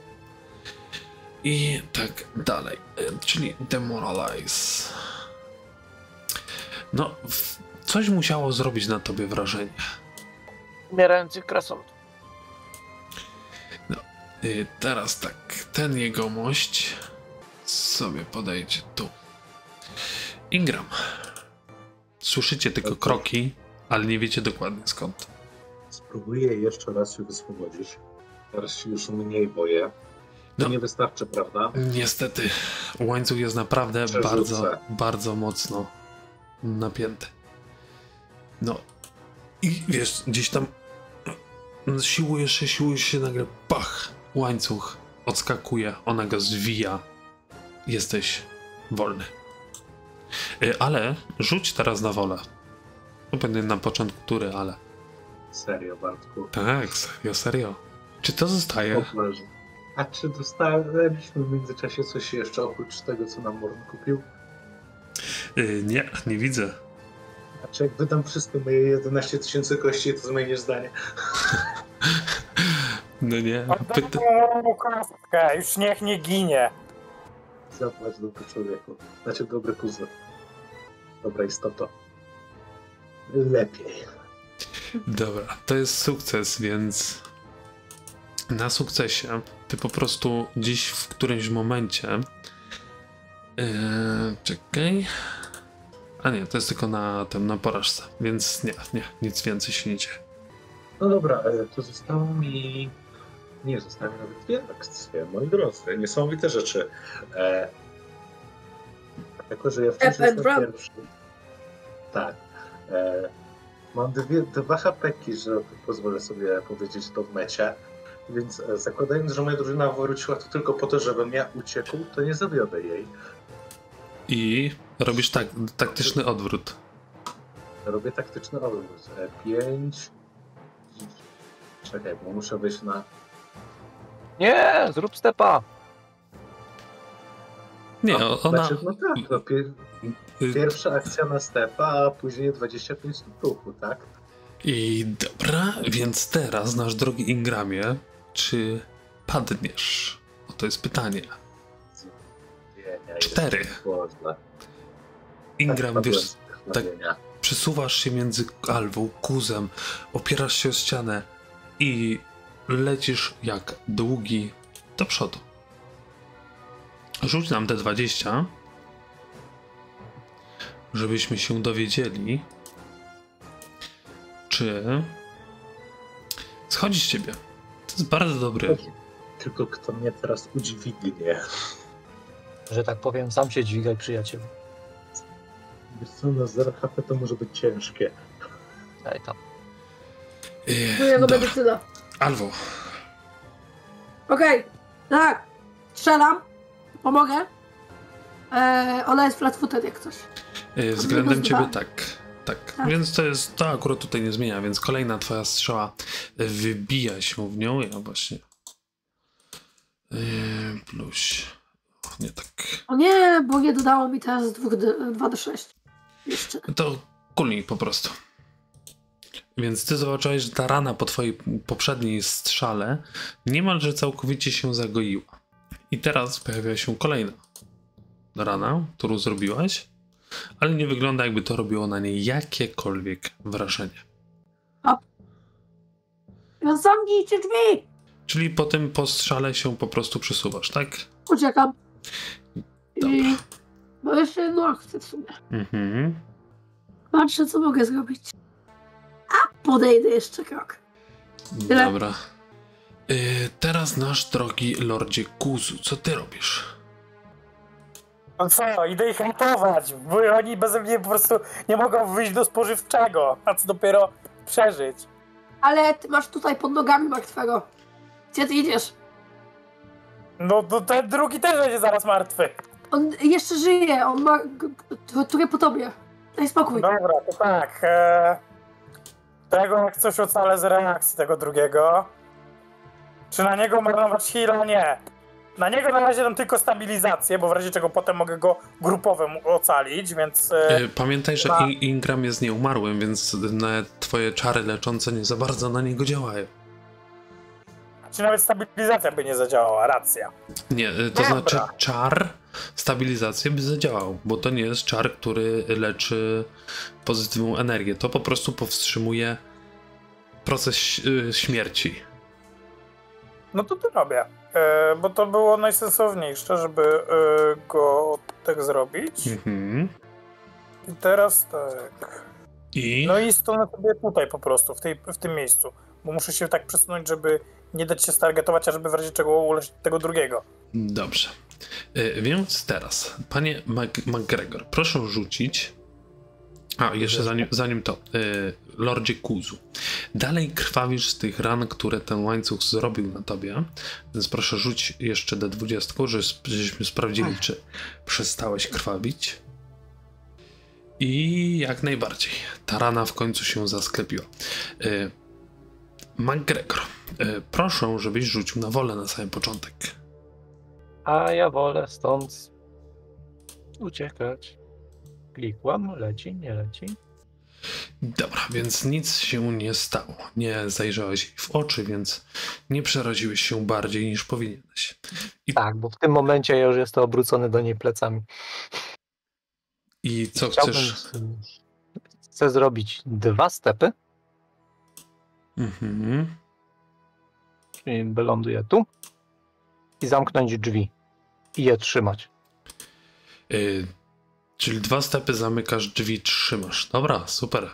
Speaker 1: i tak dalej. Czyli demoralize. No, coś musiało zrobić na tobie wrażenie.
Speaker 3: Umierających krasnoludów.
Speaker 1: No, teraz tak, ten jegomość sobie podejdzie tu. Ingram. Słyszycie tylko kroki, ale nie wiecie dokładnie skąd.
Speaker 5: Spróbuję jeszcze raz się wyswobodzić. Teraz się już mniej boję. To
Speaker 1: No.
Speaker 5: nie wystarczy, prawda?
Speaker 1: Niestety, łańcuch jest naprawdę
Speaker 5: Przerzucę.
Speaker 1: bardzo, bardzo mocno napięty. No i wiesz, gdzieś tam siłujesz się, nagle pach, łańcuch odskakuje, ona go zwija. Jesteś wolny. Ale rzuć teraz na wolę. No pewnie na początku tury, ale...
Speaker 5: Serio, Bartku.
Speaker 1: Tak, serio. Czy to zostaje?
Speaker 5: Poważnie. A czy dostaliśmy w międzyczasie coś jeszcze oprócz tego, co nam Morn kupił?
Speaker 1: Nie widzę.
Speaker 5: Znaczy, jak wydam wszystkie moje 11 000 kości, to zmienisz zdanie.
Speaker 1: No nie.
Speaker 2: Oddam mu kostkę, już niech nie ginie.
Speaker 5: Zapłać, dobry człowieku. Znaczy, dobry kuzyn. Dobra istoto. Lepiej.
Speaker 1: Dobra, to jest sukces, więc na sukcesie ty po prostu gdzieś w którymś momencie czekaj. A nie, to jest tylko na porażce, więc nie, nic więcej się nie dzieje.
Speaker 5: No dobra, to zostało mi... Nie, zostały mi nawet 2 akcje, moi drodzy. Niesamowite rzeczy. Jako, że ja wcześniej jestem pierwszy. Tak. Mam 2 hapeki, że pozwolę sobie powiedzieć to w mecie. Więc zakładając, że moja drużyna wróciła to tylko po to, żebym ja uciekł, to nie zawiodę jej.
Speaker 1: I robisz taktyczny odwrót.
Speaker 5: Robię taktyczny odwrót. 5... Czekaj, bo muszę wyjść na...
Speaker 3: Nie, zrób stepa.
Speaker 1: Nie, ona...
Speaker 5: Znaczy, no tak, no, pierwsza akcja na stepa, a później 25 stóp ruchu, tak?
Speaker 1: I dobra, więc teraz, nasz drogi Ingramie, czy padniesz? O, to jest pytanie.
Speaker 5: Nie,
Speaker 1: 4.
Speaker 5: Boże.
Speaker 1: Ingram,
Speaker 5: Tak,
Speaker 1: wiesz, tak
Speaker 5: wstanowienia.
Speaker 1: przesuwasz się między Alwą, Kuzem, opierasz się o ścianę i lecisz jak długi do przodu. Rzuć nam te 20, żebyśmy się dowiedzieli, czy schodzi z ciebie. To jest bardzo dobry.
Speaker 5: Tylko kto mnie teraz udźwignie.
Speaker 3: Że tak powiem, sam się dźwigaj, przyjacielu.
Speaker 5: Wiesz co, na 0 HP to może być ciężkie.
Speaker 3: Daj tam.
Speaker 4: Mojego
Speaker 1: Dobra.
Speaker 4: medycyna.
Speaker 1: Alwo,
Speaker 4: Okej, tak. Strzelam. Pomogę. Ona jest flat-footed jak coś.
Speaker 1: względem
Speaker 4: Minus
Speaker 1: ciebie
Speaker 4: 2.
Speaker 1: tak.
Speaker 4: Tak.
Speaker 1: Więc to akurat tutaj nie zmienia, więc kolejna twoja strzała wybija się w nią. Ja właśnie plus. Nie tak.
Speaker 4: O nie, bo nie dodało mi teraz 2d6. Jeszcze.
Speaker 1: To kulnij po prostu. Więc ty zobaczyłeś, że ta rana po twojej poprzedniej strzale niemalże całkowicie się zagoiła. I teraz pojawia się kolejna rana, którą zrobiłaś, ale nie wygląda, jakby to robiło na niej jakiekolwiek wrażenie.
Speaker 4: Zamknijcie drzwi!
Speaker 1: Czyli po tym postrzale się po prostu przesuwasz, tak?
Speaker 4: Uciekam.
Speaker 1: Dobra.
Speaker 4: I... Bo jeszcze jedną akcję w sumie.
Speaker 1: Mhm.
Speaker 4: Patrzę, co mogę zrobić. A podejdę jeszcze krok. Tyle.
Speaker 1: Dobra. Teraz nasz drogi Lordzie Kuzu, co ty robisz?
Speaker 2: No co, idę ich ratować, bo oni bez mnie po prostu nie mogą wyjść do spożywczego, a co dopiero przeżyć.
Speaker 4: Ale ty masz tutaj pod nogami martwego. Gdzie ty idziesz?
Speaker 2: No to ten drugi też będzie zaraz martwy.
Speaker 4: On jeszcze żyje, on ma turę po tobie. Daj spokój.
Speaker 2: Dobra, to tak. Tego jak coś ocalę z reakcji tego drugiego. Czy na niego marnować heal'a? Nie. Na niego na razie dam tylko stabilizację, bo w razie czego potem mogę go grupowym ocalić, więc...
Speaker 1: Pamiętaj, że Ingram jest nieumarłym, więc twoje czary leczące nie za bardzo na niego działają.
Speaker 2: Czy nawet stabilizacja by nie zadziałała, racja.
Speaker 1: Nie, to
Speaker 2: Dobra.
Speaker 1: znaczy czar stabilizacji by zadziałał, bo to nie jest czar, który leczy pozytywną energię. To po prostu powstrzymuje proces śmierci.
Speaker 2: No to robię. Bo to było najsensowniejsze, żeby go tak zrobić.
Speaker 1: Mhm.
Speaker 2: I teraz tak.
Speaker 1: I?
Speaker 2: No i stanę sobie tutaj po prostu, w tym miejscu. Bo muszę się tak przesunąć, żeby nie dać się stargetować, a żeby w razie czego uleczyć tego drugiego.
Speaker 1: Dobrze. Więc teraz, panie McGregor, proszę rzucić. A, jeszcze zanim to. Lordzie Kuzu. Dalej krwawisz z tych ran, które ten łańcuch zrobił na tobie. Więc proszę rzuć jeszcze D20, żebyśmy sprawdzili, czy przestałeś krwawić. I jak najbardziej. Ta rana w końcu się zasklepiła. McGregor, proszę, żebyś rzucił na wolę na samym początek.
Speaker 3: A ja wolę stąd uciekać. Klikłam, leci, nie leci.
Speaker 1: Dobra, więc nic się nie stało. Nie zajrzałeś jej w oczy, więc nie przeraziłeś się bardziej niż powinieneś.
Speaker 3: Tak, bo w tym momencie ja już jestem obrócony do niej plecami.
Speaker 1: I co chcesz?
Speaker 3: Chcę zrobić 2 stepy.
Speaker 1: Mhm.
Speaker 3: Czyli wyląduję tu. I zamknąć drzwi. I je trzymać.
Speaker 1: Czyli 2 stepy zamykasz, drzwi trzymasz. Dobra, super.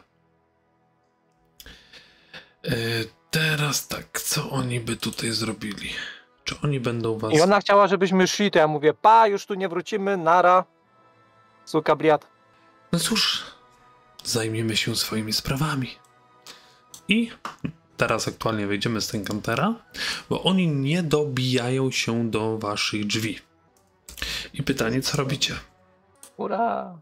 Speaker 1: Teraz tak, co oni by tutaj zrobili? Czy oni będą was...
Speaker 3: I ona chciała, żebyśmy szli, to ja mówię, już tu nie wrócimy, nara. Suka bliat.
Speaker 1: No cóż, zajmiemy się swoimi sprawami. I teraz aktualnie wejdziemy z Encountera, bo oni nie dobijają się do waszych drzwi. I pytanie, co robicie?
Speaker 3: Ura.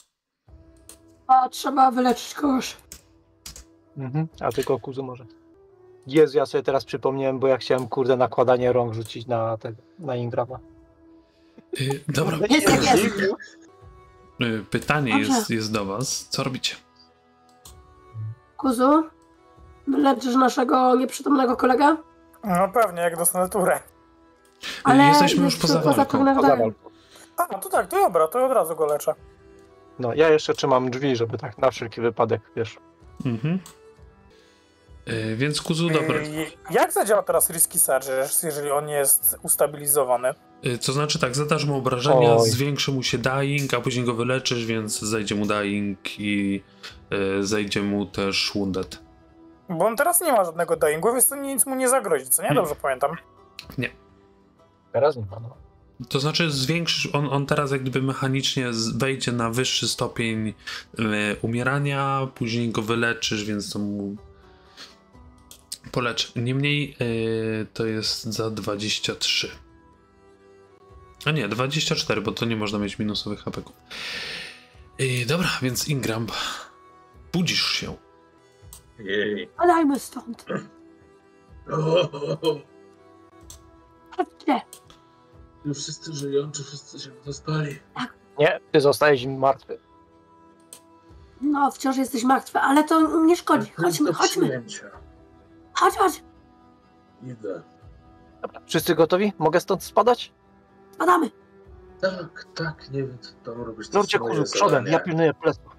Speaker 4: A trzeba wyleczyć kogoś.
Speaker 3: A tylko Kuzu może. Jezu, ja sobie teraz przypomniałem, bo ja chciałem, nakładanie rąk rzucić na Ingrama.
Speaker 1: Dobra.
Speaker 4: Jest.
Speaker 1: Pytanie jest do was. Co robicie?
Speaker 4: Kuzu, wyleczysz naszego nieprzytomnego kolegę?
Speaker 2: No pewnie, jak dostanę turę.
Speaker 4: Ale
Speaker 1: jesteśmy już poza walką.
Speaker 2: A, to tak, to dobra, to od razu go leczę.
Speaker 3: No, ja jeszcze trzymam drzwi, żeby tak na wszelki wypadek, wiesz.
Speaker 1: Mhm. Więc Kuzu, dobra.
Speaker 2: Jak zadziała teraz Risky Surge, jeżeli on jest ustabilizowany?
Speaker 1: To znaczy tak, zadasz mu obrażenia, zwiększy mu się dying, a później go wyleczysz, więc zejdzie mu dying i zejdzie mu też wounded.
Speaker 2: Bo on teraz nie ma żadnego dyingu, więc to nic mu nie zagrozi, co nie? Dobrze pamiętam.
Speaker 1: Nie.
Speaker 3: Teraz nie ma. No.
Speaker 1: To znaczy zwiększysz, on teraz jak gdyby mechanicznie wejdzie na wyższy stopień umierania, później go wyleczysz, więc to mu polecz. Niemniej to jest za 23. A nie, 24, bo to nie można mieć minusowych HP-ków. Dobra, więc Ingram, budzisz się.
Speaker 5: Jej.
Speaker 4: Padajmy stąd. Chodźcie.
Speaker 5: Już wszyscy żyją, czy wszyscy się zaspali?
Speaker 3: Nie, ty zostajesz martwy.
Speaker 4: No, wciąż jesteś martwy, ale to nie szkodzi. Chodźmy. Chodź.
Speaker 5: Idę.
Speaker 3: Dobra, wszyscy gotowi? Mogę stąd spadać?
Speaker 4: Spadamy.
Speaker 5: Tak, nie wiem, co tam robisz.
Speaker 3: Lordzie Kuzu, przodem, ja pilnuję pleców.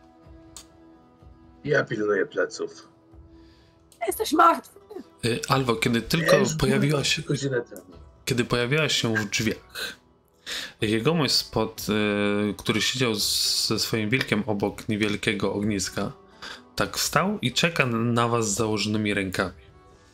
Speaker 5: Ja pilnuję pleców.
Speaker 4: Jesteś martwy.
Speaker 1: Alwo, kiedy tylko pojawiłaś...
Speaker 5: Godzinę temu.
Speaker 1: Kiedy pojawiłaś się w drzwiach, jegomość który siedział ze swoim wilkiem obok niewielkiego ogniska, tak wstał i czeka na was z założonymi rękami.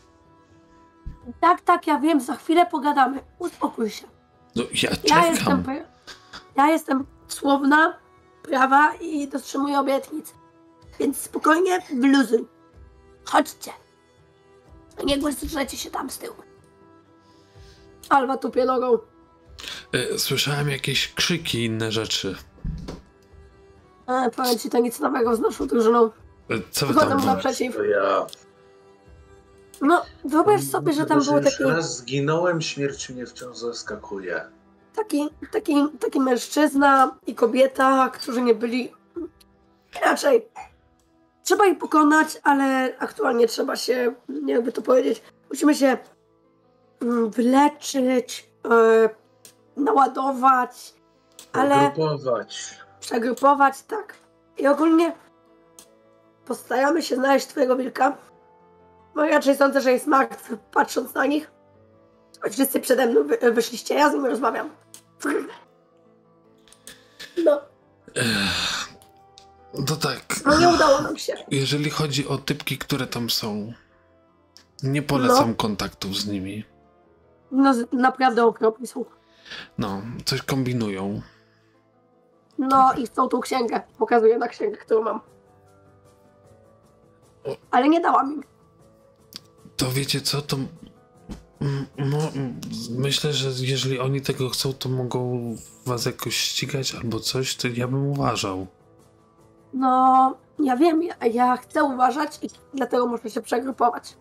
Speaker 4: Tak, ja wiem, za chwilę pogadamy. Uspokój się.
Speaker 1: No, ja czekam.
Speaker 4: Ja jestem słowna, prawa i dotrzymuję obietnic. Więc spokojnie wyluzuj. Chodźcie. Nie głośnicie się tam z tyłu. Alba tupie nogą.
Speaker 1: Słyszałem jakieś krzyki i inne rzeczy.
Speaker 4: Powiem ci, to nic nowego z naszą drużyną.
Speaker 1: Co wy
Speaker 4: Wychodzą
Speaker 1: tam
Speaker 4: naprzeciw.
Speaker 5: To ja...
Speaker 4: No, wyobraź sobie, że tam był
Speaker 5: Już
Speaker 4: taki...
Speaker 5: raz zginąłem, śmierć mnie wciąż zaskakuje.
Speaker 4: Taki mężczyzna i kobieta, którzy nie byli... Inaczej, trzeba ich pokonać, ale aktualnie trzeba się, jakby to powiedzieć, musimy się wyleczyć, naładować, ale przegrupować, tak. I ogólnie postaramy się znaleźć twojego wilka. No raczej sądzę, że jest martwy, patrząc na nich. Wszyscy przede mną wyszliście, ja z nim rozmawiam. No.
Speaker 1: To tak.
Speaker 4: No nie udało nam się.
Speaker 1: Jeżeli chodzi o typki, które tam są, nie polecam kontaktów z nimi.
Speaker 4: No naprawdę okropni są.
Speaker 1: No, coś kombinują.
Speaker 4: No i chcą tą księgę. Pokazuję na księgę, którą mam. Ale nie dałam im.
Speaker 1: To wiecie co, to myślę, że jeżeli oni tego chcą, to mogą was jakoś ścigać albo coś, to ja bym uważał.
Speaker 4: No, ja wiem, ja chcę uważać i dlatego muszę się przegrupować.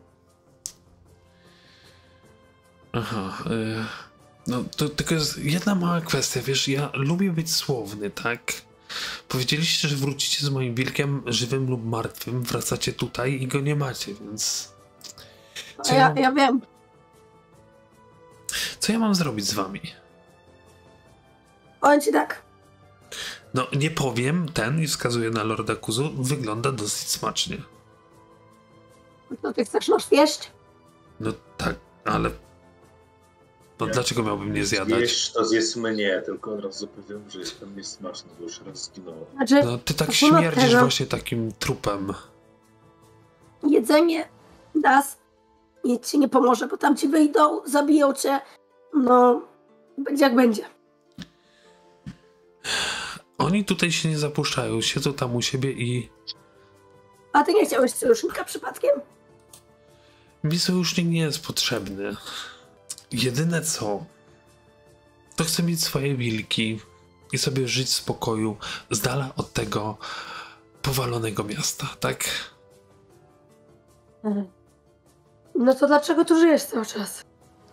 Speaker 1: Aha, no to tylko jest jedna mała kwestia, wiesz, ja lubię być słowny, tak? Powiedzieliście, że wrócicie z moim wilkiem, żywym lub martwym, wracacie tutaj i go nie macie, więc...
Speaker 4: Ja wiem.
Speaker 1: Co ja mam zrobić z wami?
Speaker 4: Powiem ci tak.
Speaker 1: No, nie powiem, ten, i wskazuję na Lorda Kuzu, wygląda dosyć smacznie.
Speaker 4: No ty chcesz nas jeść?
Speaker 1: No tak, ale... No dlaczego miałbym nie zjadać?
Speaker 5: Zjeść to zjedz mnie, tylko od razu powiem, że jestem niesmaczny, bo już raz zginąłem.
Speaker 4: Znaczy,
Speaker 1: No ty tak
Speaker 4: akurat
Speaker 1: śmierdzisz
Speaker 4: tego
Speaker 1: właśnie takim trupem.
Speaker 4: jedzenie nas nic ci nie pomoże, bo tam ci wyjdą, zabiją cię. No, będzie jak będzie.
Speaker 1: Oni tutaj się nie zapuszczają, siedzą tam u siebie i...
Speaker 4: A ty nie chciałeś sojusznika przypadkiem?
Speaker 1: Mi sojusznik nie jest potrzebny. Jedyne co, to chcę mieć swoje wilki i sobie żyć w spokoju, z dala od tego powalonego miasta, tak?
Speaker 4: No to dlaczego tu żyjesz cały czas?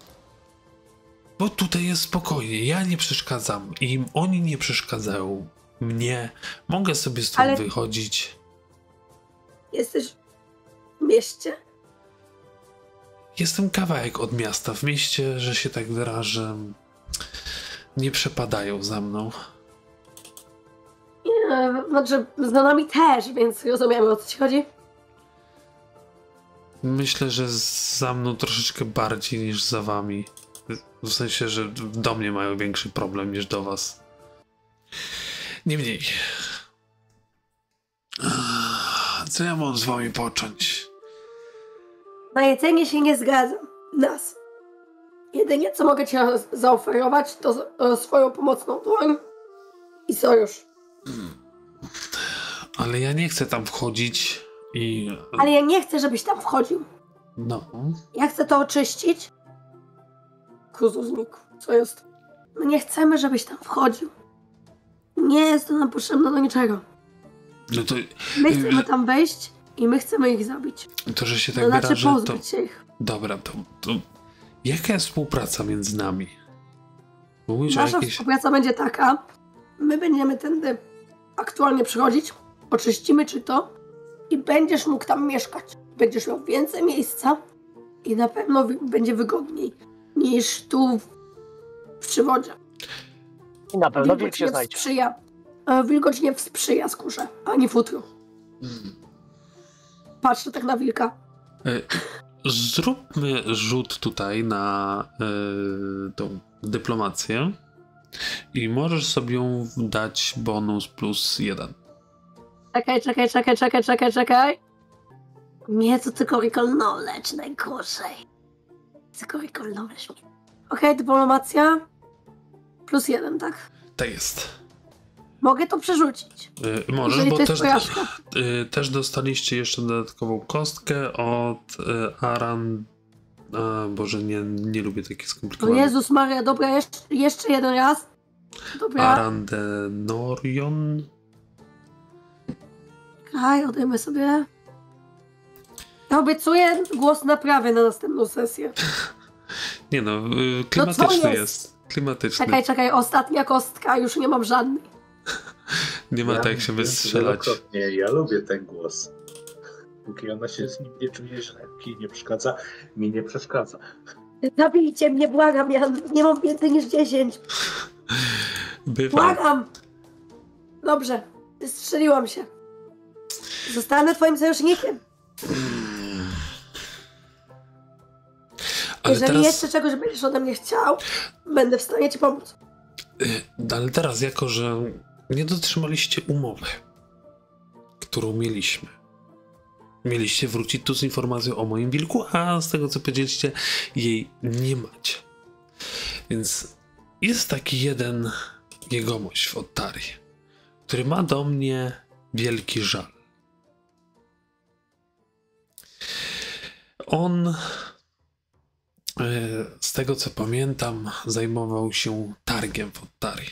Speaker 1: Bo tutaj jest spokojnie, ja nie przeszkadzam im, oni nie przeszkadzają mnie, mogę sobie stąd wychodzić.
Speaker 4: Jesteś w mieście?
Speaker 1: Jestem kawałek od miasta, w mieście, że się tak wyrażę, nie przepadają za mną.
Speaker 4: Nie, znaczy za nami też, więc rozumiemy, o co ci chodzi.
Speaker 1: Myślę, że za mną troszeczkę bardziej niż za wami. W sensie, że do mnie mają większy problem niż do was. Niemniej. Co ja mam z wami począć?
Speaker 4: Na jedzenie się nie zgadzam. Nas. Jedynie co mogę ci zaoferować, to swoją pomocną dłoń i sojusz.
Speaker 1: Ale ja nie chcę tam wchodzić i...
Speaker 4: Ale ja nie chcę, żebyś tam wchodził.
Speaker 1: No.
Speaker 4: Ja chcę to oczyścić. Kuzu znikł. Co jest? My nie chcemy, żebyś tam wchodził. Nie jest to nam potrzebne do niczego.
Speaker 1: No to...
Speaker 4: My chcemy tam wejść i my chcemy ich zabić.
Speaker 1: To, że się tak
Speaker 4: To znaczy
Speaker 1: wyrażę,
Speaker 4: pozbyć się ich.
Speaker 1: Dobra, to... Jaka jest współpraca między nami? Mówisz o
Speaker 4: Nasza
Speaker 1: jakiejś...
Speaker 4: współpraca będzie taka. My będziemy tędy aktualnie przychodzić, oczyścimy czy to i będziesz mógł tam mieszkać. Będziesz miał więcej miejsca i na pewno będzie wygodniej niż tu w przywodzie.
Speaker 3: I na pewno wilk się znajdzie.
Speaker 4: Wilgoć nie sprzyja skórze, ani futru. Patrzę tak na wilka.
Speaker 1: Zróbmy rzut tutaj na tą dyplomację i możesz sobie dać bonus +1.
Speaker 4: Czekaj. Nie, to tylko recall knowledge najgorzej. Tylko recall knowledge. Okej, dyplomacja +1, tak?
Speaker 1: Tak jest.
Speaker 4: Mogę to przerzucić.
Speaker 1: Możesz,
Speaker 4: jeżeli
Speaker 1: bo
Speaker 4: to jest
Speaker 1: też dostaliście jeszcze dodatkową kostkę od A, Boże, nie lubię takich
Speaker 4: O
Speaker 1: skomplikowanych.
Speaker 4: Jezus Maria, dobra, jeszcze jeden raz. Dobra,
Speaker 1: Arandenorion.
Speaker 4: kraj, odejmę sobie. Ja obiecuję głos naprawy na następną sesję.
Speaker 1: Nie no, klimatyczny
Speaker 4: jest?
Speaker 1: jest. Klimatyczny.
Speaker 4: Czekaj, ostatnia kostka, już nie mam żadnej.
Speaker 1: Nie ma tak jak się wystrzelać.
Speaker 5: wielokrotnie. Ja lubię ten głos. Póki ona się z nim nie czuje źle, póki nie przeszkadza, mi nie przeszkadza.
Speaker 4: Zabijcie mnie, błagam, ja nie mam więcej niż 10.
Speaker 1: Bywa.
Speaker 4: Błagam! Dobrze, strzeliłam się. Zostanę twoim sojusznikiem.
Speaker 1: Ale
Speaker 4: Jeżeli
Speaker 1: teraz,
Speaker 4: jeszcze czegoś będziesz ode mnie chciał, będę w stanie ci pomóc.
Speaker 1: ale teraz, jako że nie dotrzymaliście umowy, którą mieliśmy, mieliście wrócić tu z informacją o moim wilku, a z tego co powiedzieliście, jej nie macie. Więc jest taki jeden jegomość w Ottarii, który ma do mnie wielki żal. On, z tego co pamiętam, zajmował się targiem w Ottarii.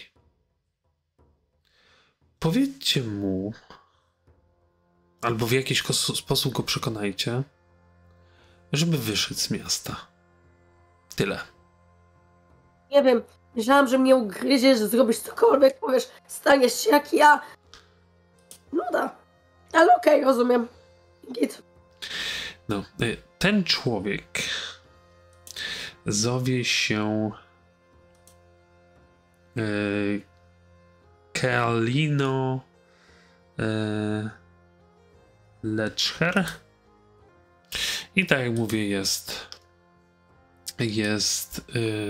Speaker 1: Powiedzcie mu, albo w jakiś sposób go przekonajcie, żeby wyszedł z miasta. Tyle.
Speaker 4: Nie wiem, myślałam, że mnie ugryziesz, że zrobisz cokolwiek, powiesz, staniesz się jak ja. Nuda. Ale okej, rozumiem. Git.
Speaker 1: No, ten człowiek zowie się Kealino Lechher i tak jak mówię, jest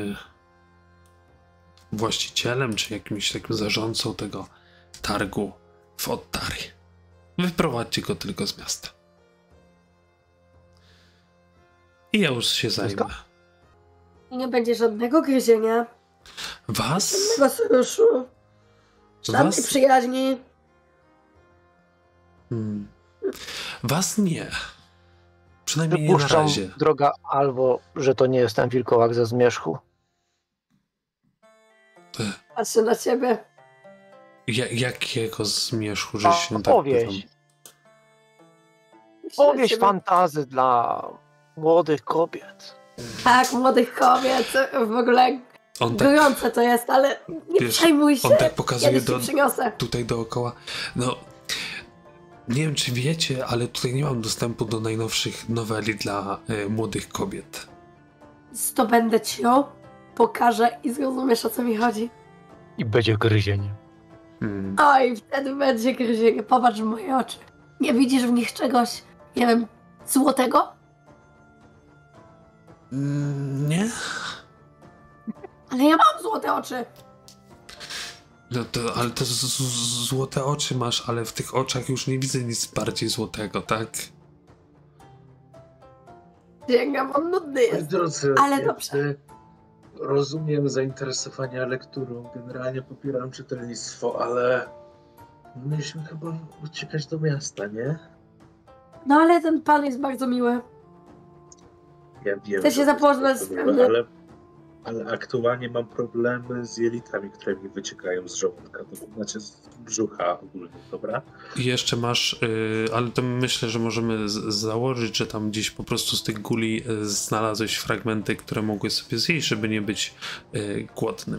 Speaker 1: właścicielem czy jakimś takim zarządcą tego targu w Ottarii. Wyprowadźcie go tylko z miasta. I ja już się zajmę.
Speaker 4: I nie będzie żadnego gryzienia,
Speaker 1: Was?
Speaker 4: żadnego sojuszu, żadnej
Speaker 1: Was?
Speaker 4: przyjaźni.
Speaker 1: Was nie. Przynajmniej nie na
Speaker 3: Wypuszczam,
Speaker 1: razie.
Speaker 3: droga Alwo, że to nie jest ten wilkołak ze Zmierzchu.
Speaker 4: Patrzę na ciebie.
Speaker 1: Jakiego zmierzchu, że się tak
Speaker 3: Powieść.
Speaker 1: pytam?
Speaker 4: Myślę na
Speaker 3: Powieść
Speaker 4: ciebie.
Speaker 3: fantazy dla młodych kobiet.
Speaker 4: Tak, młodych kobiet. W ogóle
Speaker 1: On tak,
Speaker 4: gorące to jest, ale nie
Speaker 1: wiesz,
Speaker 4: przejmuj się.
Speaker 1: on tak pokazuje
Speaker 4: Kiedyś ci przyniosę.
Speaker 1: tutaj dookoła. No, nie wiem czy wiecie, ale tutaj nie mam dostępu do najnowszych noweli dla młodych kobiet.
Speaker 4: To będę ci ją pokażę i zrozumiesz, o co mi chodzi.
Speaker 3: I będzie gryzienie.
Speaker 4: Oj, wtedy będzie gryzienie. Popatrz w moje oczy. Nie widzisz w nich czegoś, nie wiem, złotego?
Speaker 1: Nie?
Speaker 4: Ale ja mam złote oczy.
Speaker 1: No to, ale to złote oczy masz, ale w tych oczach już nie widzę nic bardziej złotego, tak?
Speaker 4: Sięgam, on nudny
Speaker 5: Moi
Speaker 4: jest.
Speaker 5: drodzy,
Speaker 4: Ale
Speaker 5: jakby
Speaker 4: dobrze.
Speaker 5: rozumiem zainteresowania lekturą, generalnie popieram czytelnictwo, ale mieliśmy chyba uciekać do miasta, nie?
Speaker 4: No ale ten pan jest bardzo miły.
Speaker 5: Ja wiem,
Speaker 4: Chcę się
Speaker 5: że to jest
Speaker 4: zapoznać z
Speaker 5: bardzo miłe,
Speaker 4: pewnym.
Speaker 5: ale aktualnie mam problemy z jelitami, które mi wyciekają z żołądka, to znaczy z brzucha ogólnie, dobra?
Speaker 1: I jeszcze masz, ale to myślę, że możemy założyć, że tam gdzieś po prostu z tych guli znalazłeś fragmenty, które mogłeś sobie zjeść, żeby nie być głodnym.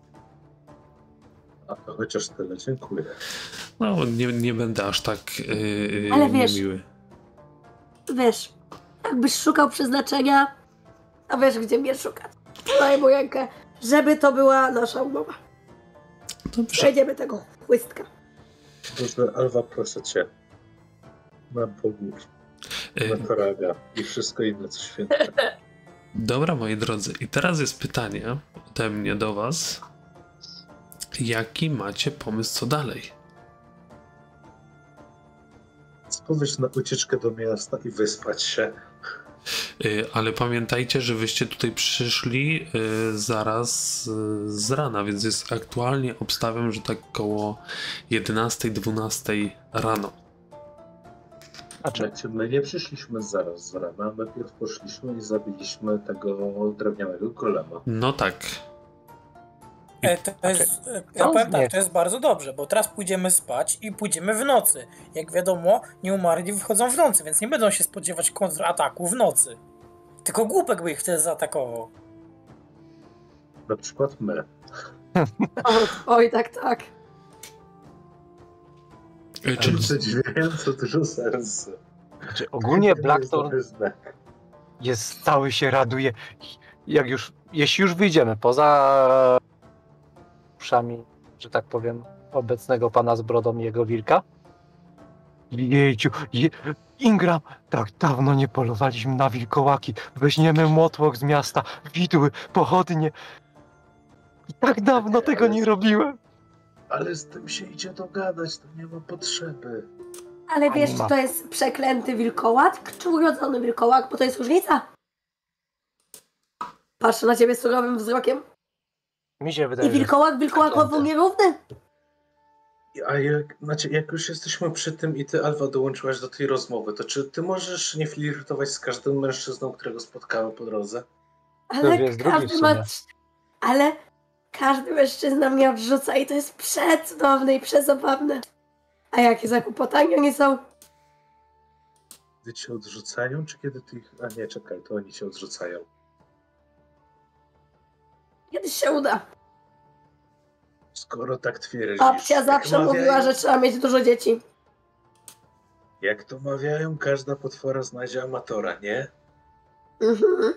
Speaker 5: A to chociaż tyle, dziękuję.
Speaker 1: No, nie będę aż tak
Speaker 4: Ale wiesz-
Speaker 1: niemiły.
Speaker 4: Wiesz, jakbyś szukał przeznaczenia, to wiesz, gdzie mnie szukać. Podaj mu rękę, żeby to była nasza umowa.
Speaker 1: Dobrze.
Speaker 4: Przejdziemy tego chłystka.
Speaker 5: Boże, Alwa, proszę cię. Mam pogód, na koraga i wszystko inne, co święte.
Speaker 1: Dobra, moi drodzy, i teraz jest pytanie ode mnie do was. Jaki macie pomysł, co dalej?
Speaker 5: Spójrz na ucieczkę do miasta i wyspać się.
Speaker 1: Ale pamiętajcie, że wyście tutaj przyszli zaraz z rana, więc jest aktualnie, obstawiam, że tak koło 11-12 rano.
Speaker 5: Znaczy, my nie przyszliśmy zaraz z rana, my pierw poszliśmy i zabiliśmy tego drewnianego golema.
Speaker 1: No tak.
Speaker 2: To jest, ja powiem tak, to jest bardzo dobrze, bo teraz pójdziemy spać i pójdziemy w nocy. Jak wiadomo, nieumarli wychodzą w nocy, więc nie będą się spodziewać kontrataku w nocy. Tylko głupek by ich wtedy zaatakował.
Speaker 5: Na przykład my.
Speaker 4: Oj, tak.
Speaker 1: Czyli
Speaker 5: Zadziwiająco dużo serca.
Speaker 3: Znaczy, ogólnie Blackthorn jest cały się raduje. Jeśli już wyjdziemy poza uszami, że tak powiem, obecnego pana z brodą i jego wilka. Jejciu, Ingram, tak dawno nie polowaliśmy na wilkołaki. Weźmiemy młotłok z miasta, widły, pochodnie. I tak dawno tego nie robiłem.
Speaker 5: Ale z tym się idzie dogadać, to nie ma potrzeby.
Speaker 4: Ale wiesz, czy to jest przeklęty wilkołak, czy urodzony wilkołak, bo to jest różnica. Patrzę na ciebie surowym wzrokiem.
Speaker 3: Mi się wydaje,
Speaker 4: I wilkołak wilkołakowo nierówny.
Speaker 5: A jak już jesteśmy przy tym i ty, Alwa, dołączyłaś do tej rozmowy, to czy ty możesz nie flirtować z każdym mężczyzną, którego spotkamy po drodze?
Speaker 4: Ale każdy mężczyzna mnie odrzuca i to jest przecudowne i przezabawne. A jakie zakłopotania nie są?
Speaker 5: Kiedy cię odrzucają, czy kiedy ty ich... A nie, czekaj, to oni cię odrzucają.
Speaker 4: Kiedyś się uda.
Speaker 5: Skoro tak twierdzisz...
Speaker 4: Babcia zawsze mówiła, że trzeba mieć dużo dzieci.
Speaker 5: Jak to mawiają, każda potwora znajdzie amatora, nie?
Speaker 4: Mhm.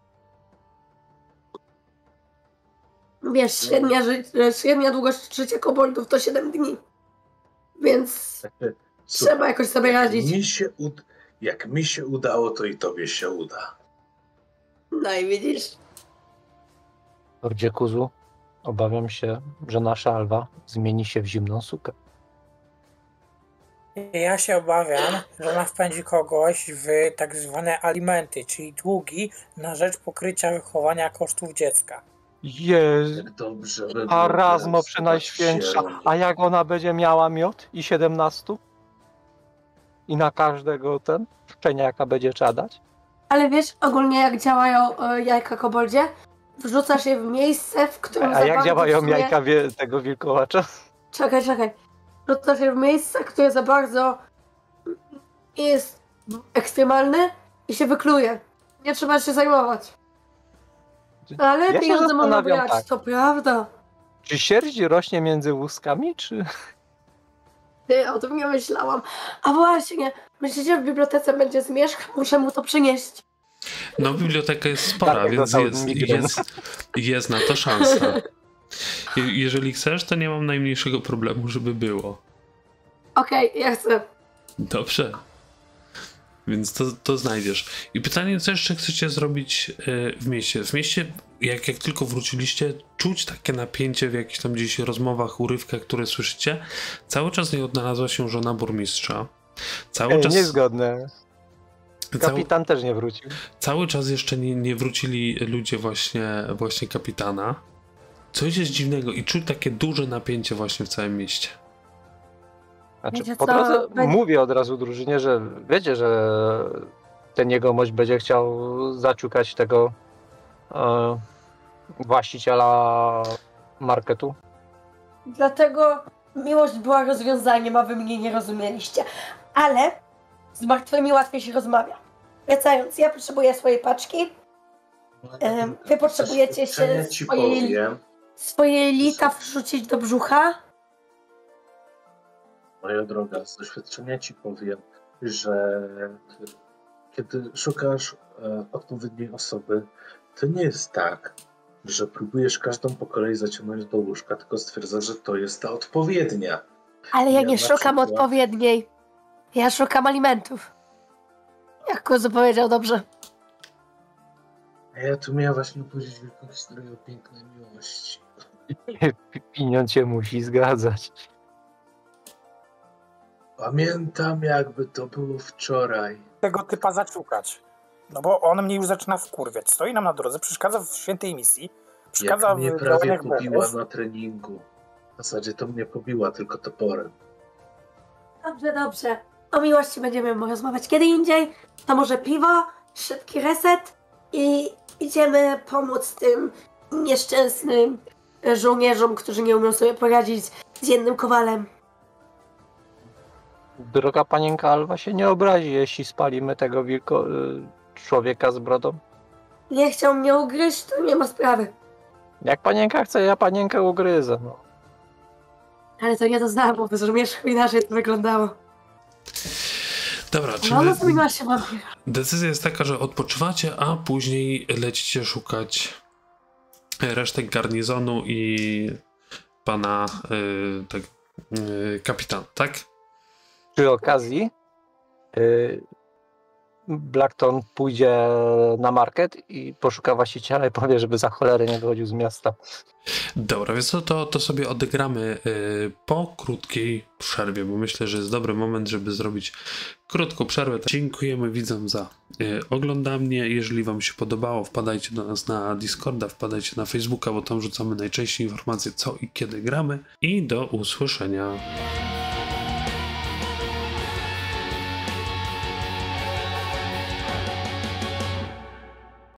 Speaker 4: Wiesz, średnia długość życia koboldów to 7 dni. Więc trzeba jakoś sobie radzić.
Speaker 5: Jak mi się udało, to i tobie się uda.
Speaker 4: No i widzisz.
Speaker 3: Lordzie Kuzu, obawiam się, że nasza Alwa zmieni się w zimną sukę.
Speaker 2: Ja się obawiam, że ona wpędzi kogoś w tak zwane alimenty, czyli długi na rzecz pokrycia wychowania kosztów dziecka.
Speaker 3: Jezu,
Speaker 5: Dobrze,
Speaker 3: Arazmo Przenajświętsza, a jak ona będzie miała miód i 17? I na każdego szczeniaka będzie trzeba dać?
Speaker 4: Ale wiesz ogólnie jak działają jajka koboldzie? Wrzucasz je w miejsce, w którym
Speaker 3: A jak działają
Speaker 4: sumie...
Speaker 3: jajka tego wilkołacza?
Speaker 4: Czekaj. Wrzucasz je w miejsce, które za bardzo jest ekstremalne i się wykluje. Nie trzeba się zajmować. Ale
Speaker 3: Ja
Speaker 4: pieniądze można brać,
Speaker 3: tak.
Speaker 4: to prawda.
Speaker 3: Czy sierść rośnie między łuskami, czy...
Speaker 4: Ty, o tym nie myślałam. A właśnie, myślicie, że w bibliotece będzie zmierzch? Muszę mu to przynieść.
Speaker 1: No, biblioteka jest spora, więc jest na to szansa. Jeżeli chcesz, to nie mam najmniejszego problemu, żeby było.
Speaker 4: Okej, ja chcę.
Speaker 1: Dobrze. Więc to znajdziesz. I pytanie, co jeszcze chcecie zrobić w mieście? W mieście, jak tylko wróciliście, czuć takie napięcie w jakichś tam gdzieś rozmowach, urywkach, które słyszycie. Cały czas nie odnalazła się żona burmistrza. Cały czas...
Speaker 3: Niezgodne. Kapitan też nie wrócił.
Speaker 1: Cały czas jeszcze nie wrócili ludzie właśnie kapitana. Coś jest dziwnego i czuć takie duże napięcie właśnie w całym mieście.
Speaker 3: Znaczy, po drodze mówię od razu drużynie, że wiecie, że ten jegomość będzie chciał zaciukać tego właściciela marketu.
Speaker 4: Dlatego miłość była rozwiązaniem, a wy mnie nie rozumieliście. Ale z martwymi łatwiej się rozmawia. Wracając, ja potrzebuję swojej paczki. Wy potrzebujecie się swoje lita wrzucić do brzucha.
Speaker 5: Moja droga, z doświadczenia ci powiem, że kiedy szukasz odpowiedniej osoby, to nie jest tak, że próbujesz każdą po kolei zaciągnąć do łóżka, tylko stwierdzasz, że to jest ta odpowiednia.
Speaker 4: Ale ja nie szukam odpowiedniej. Ja szukam alimentów. Jak Kuzu powiedział dobrze.
Speaker 5: A ja tu miałem właśnie opowiedzieć wielką historię o pięknej miłości.
Speaker 3: Pieniądz się musi zgadzać.
Speaker 5: Pamiętam, jakby to było wczoraj.
Speaker 2: Tego typa zaczukać. No bo on mnie już zaczyna wkurwiać. Stoi nam na drodze, przeszkadza w świętej misji. Przeszkadza
Speaker 5: Jak mnie
Speaker 2: w
Speaker 5: prawie
Speaker 2: działaniach
Speaker 5: pobiła
Speaker 2: bogów.
Speaker 5: na treningu. W zasadzie to mnie pobiła tylko toporem.
Speaker 4: Dobrze. o miłości będziemy rozmawiać kiedy indziej. To może piwo, szybki reset i idziemy pomóc tym nieszczęsnym żołnierzom, którzy nie umieją sobie poradzić z jednym kowalem.
Speaker 3: Droga panienka Alwa się nie obrazi, jeśli spalimy tego człowieka z brodą.
Speaker 4: Nie chciał mnie ugryźć, to nie ma sprawy.
Speaker 3: Jak panienka chce, ja panienkę ugryzę. No.
Speaker 4: Ale to nie to znało, bo zmierzchu inaczej to wyglądało.
Speaker 1: Dobra,
Speaker 4: No,
Speaker 1: czyli
Speaker 4: zamieniła się wampir.
Speaker 1: decyzja jest taka, że odpoczywacie, a później lecicie szukać resztek garnizonu i pana kapitana, tak?
Speaker 3: Przy okazji Blackton pójdzie na market i poszuka właściciela i powie, żeby za cholerę nie wychodził z miasta.
Speaker 1: Dobra, więc to sobie odegramy po krótkiej przerwie, bo myślę, że jest dobry moment, żeby zrobić krótką przerwę. Dziękujemy widzom za oglądanie. Jeżeli wam się podobało, wpadajcie do nas na Discorda, wpadajcie na Facebooka, bo tam rzucamy najczęściej informacje, co i kiedy gramy. I do usłyszenia.